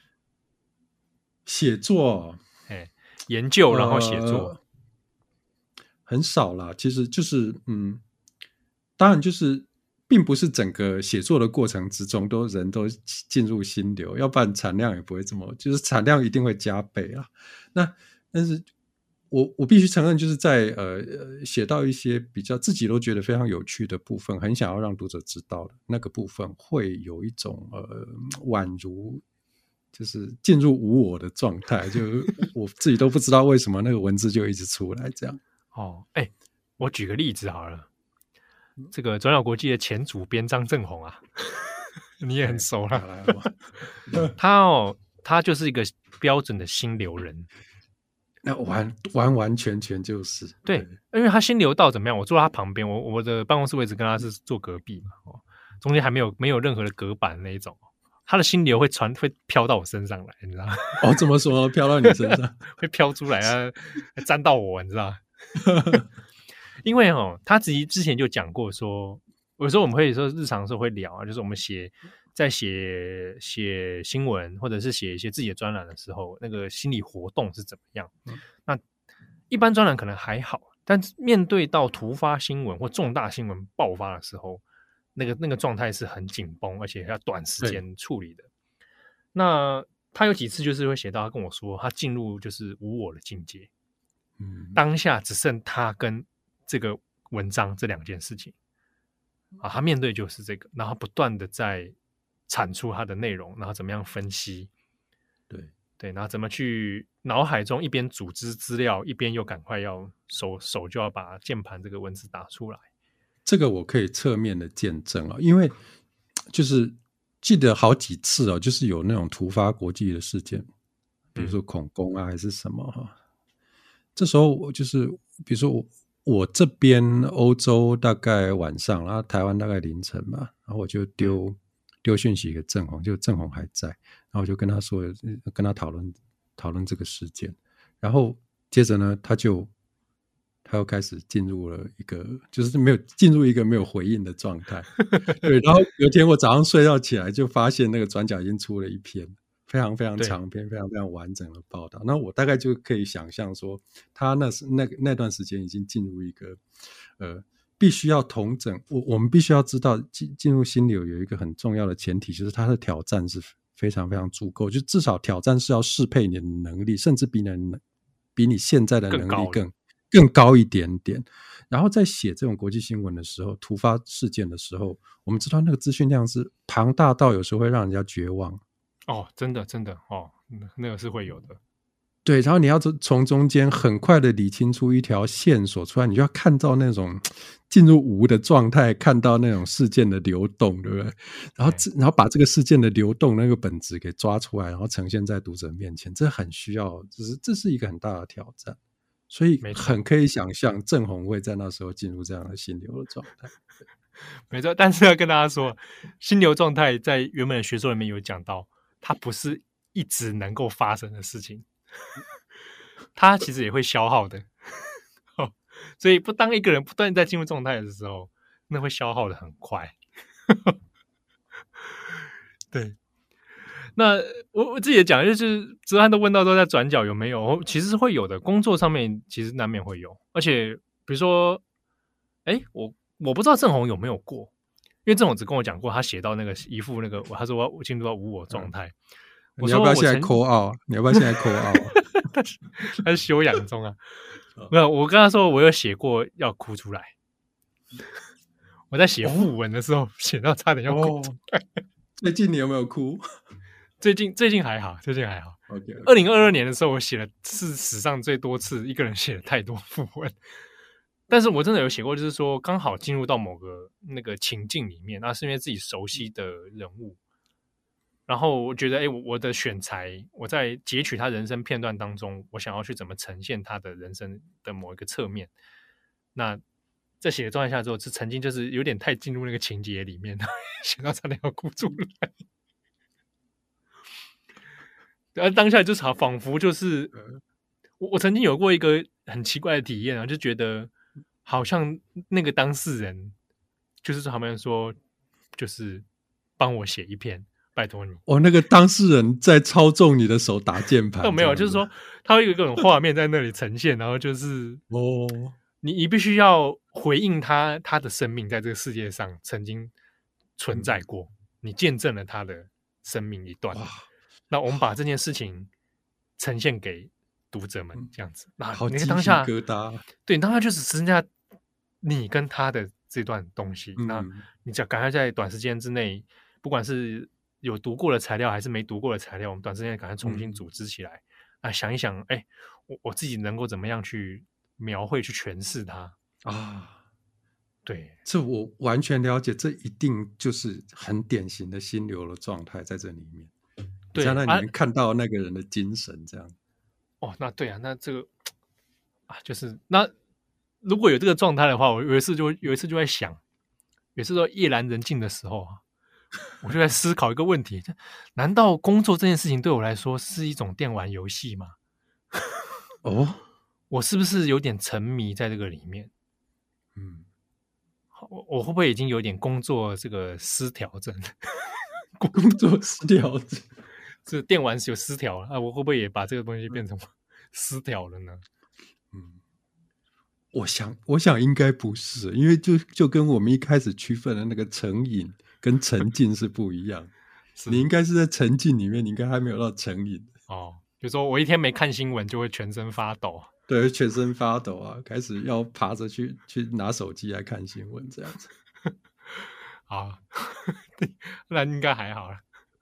B: 写作，
A: 哎，研究然后写作。
B: 呃很少啦，其实就是嗯，当然就是并不是整个写作的过程之中都人都进入心流，要不然产量也不会这么，就是产量一定会加倍啊。那但是我我必须承认，就是在呃写到一些比较自己都觉得非常有趣的部分，很想要让读者知道的那个部分，会有一种呃宛如就是进入无我的状态，就我自己都不知道为什么那个文字就一直出来这样。
A: 哦，哎，我举个例子好了，这个转角国际的前主编张正宏啊，你也很熟了。他哦，他就是一个标准的心流人。
B: 那完完完全全就是
A: 对，因为他心流到怎么样？我坐在他旁边，我我的办公室位置跟他是坐隔壁嘛，哦，中间还没有没有任何的隔板那一种。他的心流会传会飘到我身上来，你知道吗？
B: 哦，怎么说飘到你身上？
A: 会飘出来啊，沾到我，你知道吗？因为哦，他自己之前就讲过说，有时候我们会说日常的时候会聊啊，就是我们写在写写新闻或者是写一些自己的专栏的时候，那个心理活动是怎么样？嗯、那一般专栏可能还好，但面对到突发新闻或重大新闻爆发的时候，那个那个状态是很紧绷，而且要短时间处理的。那他有几次就是会写到，他跟我说，他进入就是无我的境界。嗯，当下只剩他跟这个文章这两件事情啊，他面对就是这个，然后不断的在产出他的内容，然后怎么样分析，
B: 对
A: 对，然后怎么去脑海中一边组织资料，一边又赶快要手手就要把键盘这个文字打出来。
B: 这个我可以侧面的见证啊，因为就是记得好几次哦，就是有那种突发国际的事件，比如说恐攻啊，还是什么哈。嗯，这时候我就是，比如说我我这边欧洲大概晚上，然后台湾大概凌晨嘛，然后我就丢丢讯息给郑宏，就郑宏还在，然后我就跟他说，跟他讨论讨论这个事件，然后接着呢，他就他又开始进入了一个就是没有进入一个没有回应的状态，对，然后有一天我早上睡觉起来就发现那个转角已经出了一篇。非常非常长篇、非常非常完整的报道，那我大概就可以想象说，他那是那那段时间已经进入一个呃，必须要统整。我我们必须要知道，进进入心流有一个很重要的前提，就是他的挑战是非常非常足够，就至少挑战是要适配你的能力，甚至比你比你现在的能力更更高一点点。然后在写这种国际新闻的时候，突发事件的时候，我们知道那个资讯量是庞大到有时候会让人家绝望。
A: 哦，真的真的哦，那个是会有的。
B: 对，然后你要从中间很快的理清出一条线索出来，你就要看到那种进入无的状态，看到那种事件的流动，对不对？然后然后把这个事件的流动那个本质给抓出来，然后呈现在读者面前，这很需要，就是这是一个很大的挑战。所以很可以想象郑宏会在那时候进入这样的心流的状态。
A: 没错，但是要跟大家说，心流状态在原本的学说里面有讲到，它不是一直能够发生的事情，它其实也会消耗的。哦，所以不当一个人不断在进入状态的时候，那会消耗的很快。对，那我我自己也讲，就是哲翰都问到说在转角有没有，其实是会有的，工作上面其实难免会有，而且比如说，哎，我我不知道郑宏有没有过，因为郑宏只跟我讲过，他写到那个一副那个，他说我进入到无我状态。
B: 嗯、我你要不要现在 call out？ 你要不要现在 call out？
A: 他, 他是修养中啊，没有，我跟他说我有写过要哭出来，我在写副文的时候写、哦、到差点要哭出来。
B: 最近你有没有哭？
A: 最近最近还好，最近还好。
B: OK，
A: 二零二二年的时候，我写了是史上最多次一个人写了太多副文，但是我真的有写过，就是说刚好进入到某个那个情境里面，那是因为自己熟悉的人物，然后我觉得，哎，我的选材，我在截取他人生片段当中，我想要去怎么呈现他的人生的某一个侧面。那在写的状态下之后，是曾经就是有点太进入那个情节里面，写到差点要哭出来。而当下就是好，仿佛就是我，我曾经有过一个很奇怪的体验啊，就觉得好像那个当事人就是旁边说，就是帮我写一篇，拜托你。
B: 哦，那个当事人在操纵你的手打键盘，
A: 没有，就是说他会有一种画面在那里呈现，然后就是
B: 哦，
A: 你你必须要回应他，他的生命在这个世界上曾经存在过，嗯、你见证了他的生命一段。那我们把这件事情呈现给读者们，这样子。那那个当下，
B: 疙瘩，
A: 对，当下就只剩下你跟他的这段东西。嗯、那你只要赶快在短时间之内，不管是有读过的材料还是没读过的材料，我们短时间赶快重新组织起来。啊、嗯，想一想，哎，我我自己能够怎么样去描绘、去诠释它
B: 啊？
A: 对，
B: 这我完全了解，这一定就是很典型的心流的状态在这里面。
A: 对，
B: 在那里面看到那个人的精神，这样。
A: 啊、哦，那对啊，那这个啊，就是那如果有这个状态的话，我有一次就有一次就在想，有一次说夜阑人静的时候啊，我就在思考一个问题：难道工作这件事情对我来说是一种电玩游戏吗？
B: 哦，
A: 我是不是有点沉迷在这个里面？嗯，我我会不会已经有点工作这个失调症？
B: 工作失调症，
A: 这电玩有失调啊？我会不会也把这个东西变成失调了呢？
B: 嗯，我想，我想应该不是，因为就就跟我们一开始区分的那个成瘾跟沉浸是不一样。你应该是在沉浸里面，你应该还没有到成瘾
A: 哦。比如说，我一天没看新闻，就会全身发抖。
B: 对，全身发抖啊，开始要爬着去去拿手机来看新闻，这样子。
A: 好，那应该还好了。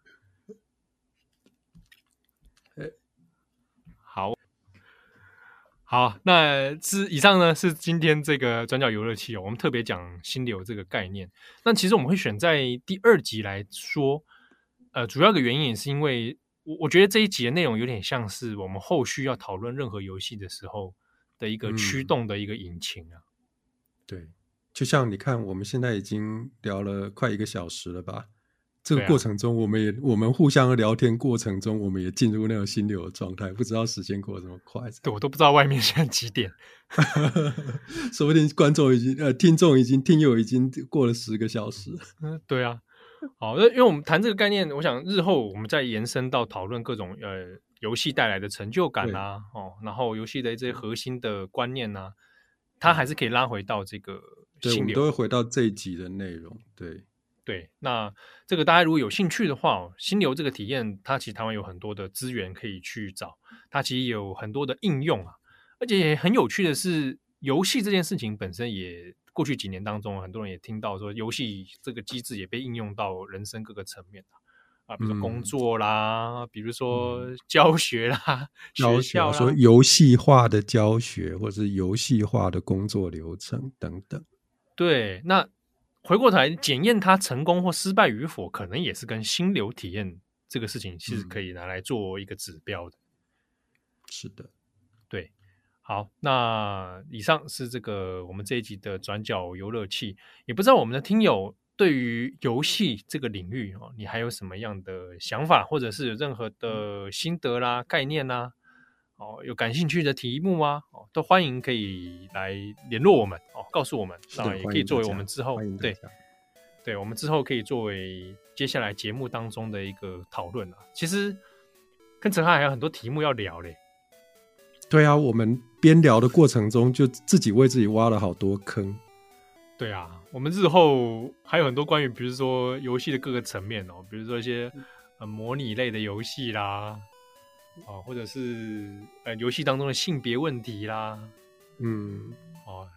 A: 好，好，那是以上呢是今天这个转角游乐器哦，我们特别讲心流这个概念。那其实我们会选在第二集来说，呃，主要的原因也是因为我我觉得这一集的内容有点像是我们后续要讨论任何游戏的时候的一个驱动的一个引擎啊。嗯、
B: 对，就像你看，我们现在已经聊了快一个小时了吧？这个过程中，我们也、啊、我们互相的聊天过程中，我们也进入那种心流的状态，不知道时间过得这么快。
A: 对，我都不知道外面现在几点，
B: 说不定观众已经呃，听众已经听友已经过了十个小时。
A: 嗯，对啊。好，因为我们谈这个概念，我想日后我们再延伸到讨论各种呃游戏带来的成就感啊，哦，然后游戏的这些核心的观念啊，它还是可以拉回到这个心流。
B: 对，我们都会回到这一集的内容。对
A: 对，那这个大家如果有兴趣的话，心流这个体验，它其实台湾有很多的资源可以去找，它其实有很多的应用啊，而且很有趣的是，游戏这件事情本身也。过去几年当中，很多人也听到说，游戏这个机制也被应用到人生各个层面啊，比如说工作啦，嗯、比如说教学啦，
B: 教
A: 学校啦，
B: 说游戏化的教学，或是游戏化的工作流程等等。
A: 对，那回过头来检验它成功或失败与否，可能也是跟心流体验这个事情是可以拿来做一个指标的。
B: 嗯、是的，
A: 对。好，那以上是这个我们这一集的转角游乐器，也不知道我们的听友对于游戏这个领域哦，你还有什么样的想法，或者是有任何的心得啦、概念啦，哦，有感兴趣的题目吗？哦，都欢迎可以来联络我们哦，告诉我们，那也可以作为我们之后对，对我们之后可以作为接下来节目当中的一个讨论啊。其实跟陈汉还有很多题目要聊嘞。
B: 对啊，我们边聊的过程中，就自己为自己挖了好多坑。
A: 对啊，我们日后还有很多关于，比如说游戏的各个层面哦，比如说一些呃模拟类的游戏啦，哦，或者是呃游戏当中的性别问题啦，
B: 嗯，
A: 哦，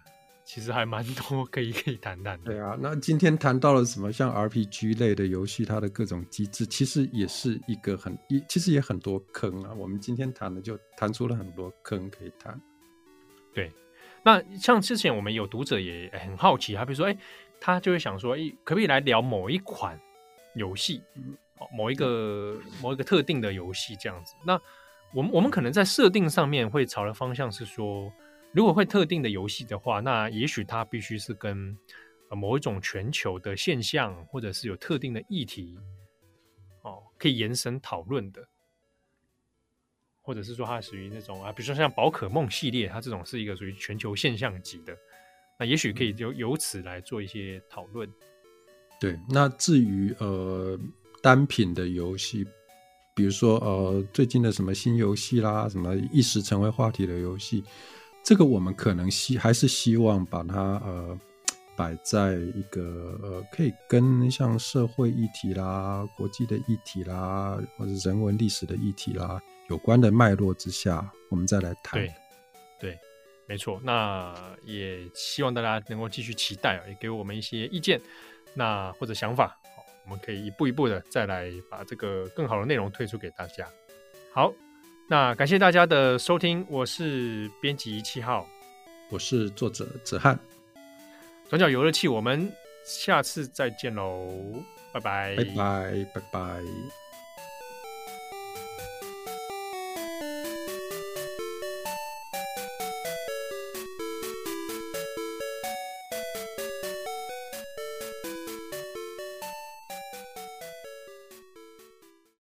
A: 其实还蛮多可以可以谈谈的。
B: 对啊，那今天谈到了什么像 R P G 类的游戏，它的各种机制，其实也是一个很，其实也很多坑啊。我们今天谈的就谈出了很多坑可以谈。
A: 对，那像之前我们有读者也很好奇，他比如说，哎，他就会想说，哎，可不可以来聊某一款游戏，嗯、某一个某一个特定的游戏这样子？那我们我们可能在设定上面会朝的方向是说，如果会特定的游戏的话，那也许它必须是跟、呃、某一种全球的现象，或者是有特定的议题，哦，可以延伸讨论的，或者是说它属于那种啊，比如说像宝可梦系列，它这种是一个属于全球现象级的，那也许可以由由此来做一些讨论。
B: 对，那至于呃单品的游戏，比如说呃最近的什么新游戏啦，什么一时成为话题的游戏，这个我们可能希还是希望把它呃摆在一个呃可以跟像社会议题啦、国际的议题啦，或者人文历史的议题啦有关的脉络之下，我们再来谈。
A: 对，对，没错。那也希望大家能够继续期待，也给我们一些意见，那或者想法，我们可以一步一步的再来把这个更好的内容推出给大家。好，那感谢大家的收听，我是编辑七号，
B: 我是作者子翰，
A: 转角游乐器，我们下次再见喽，拜拜，
B: 拜拜，拜拜。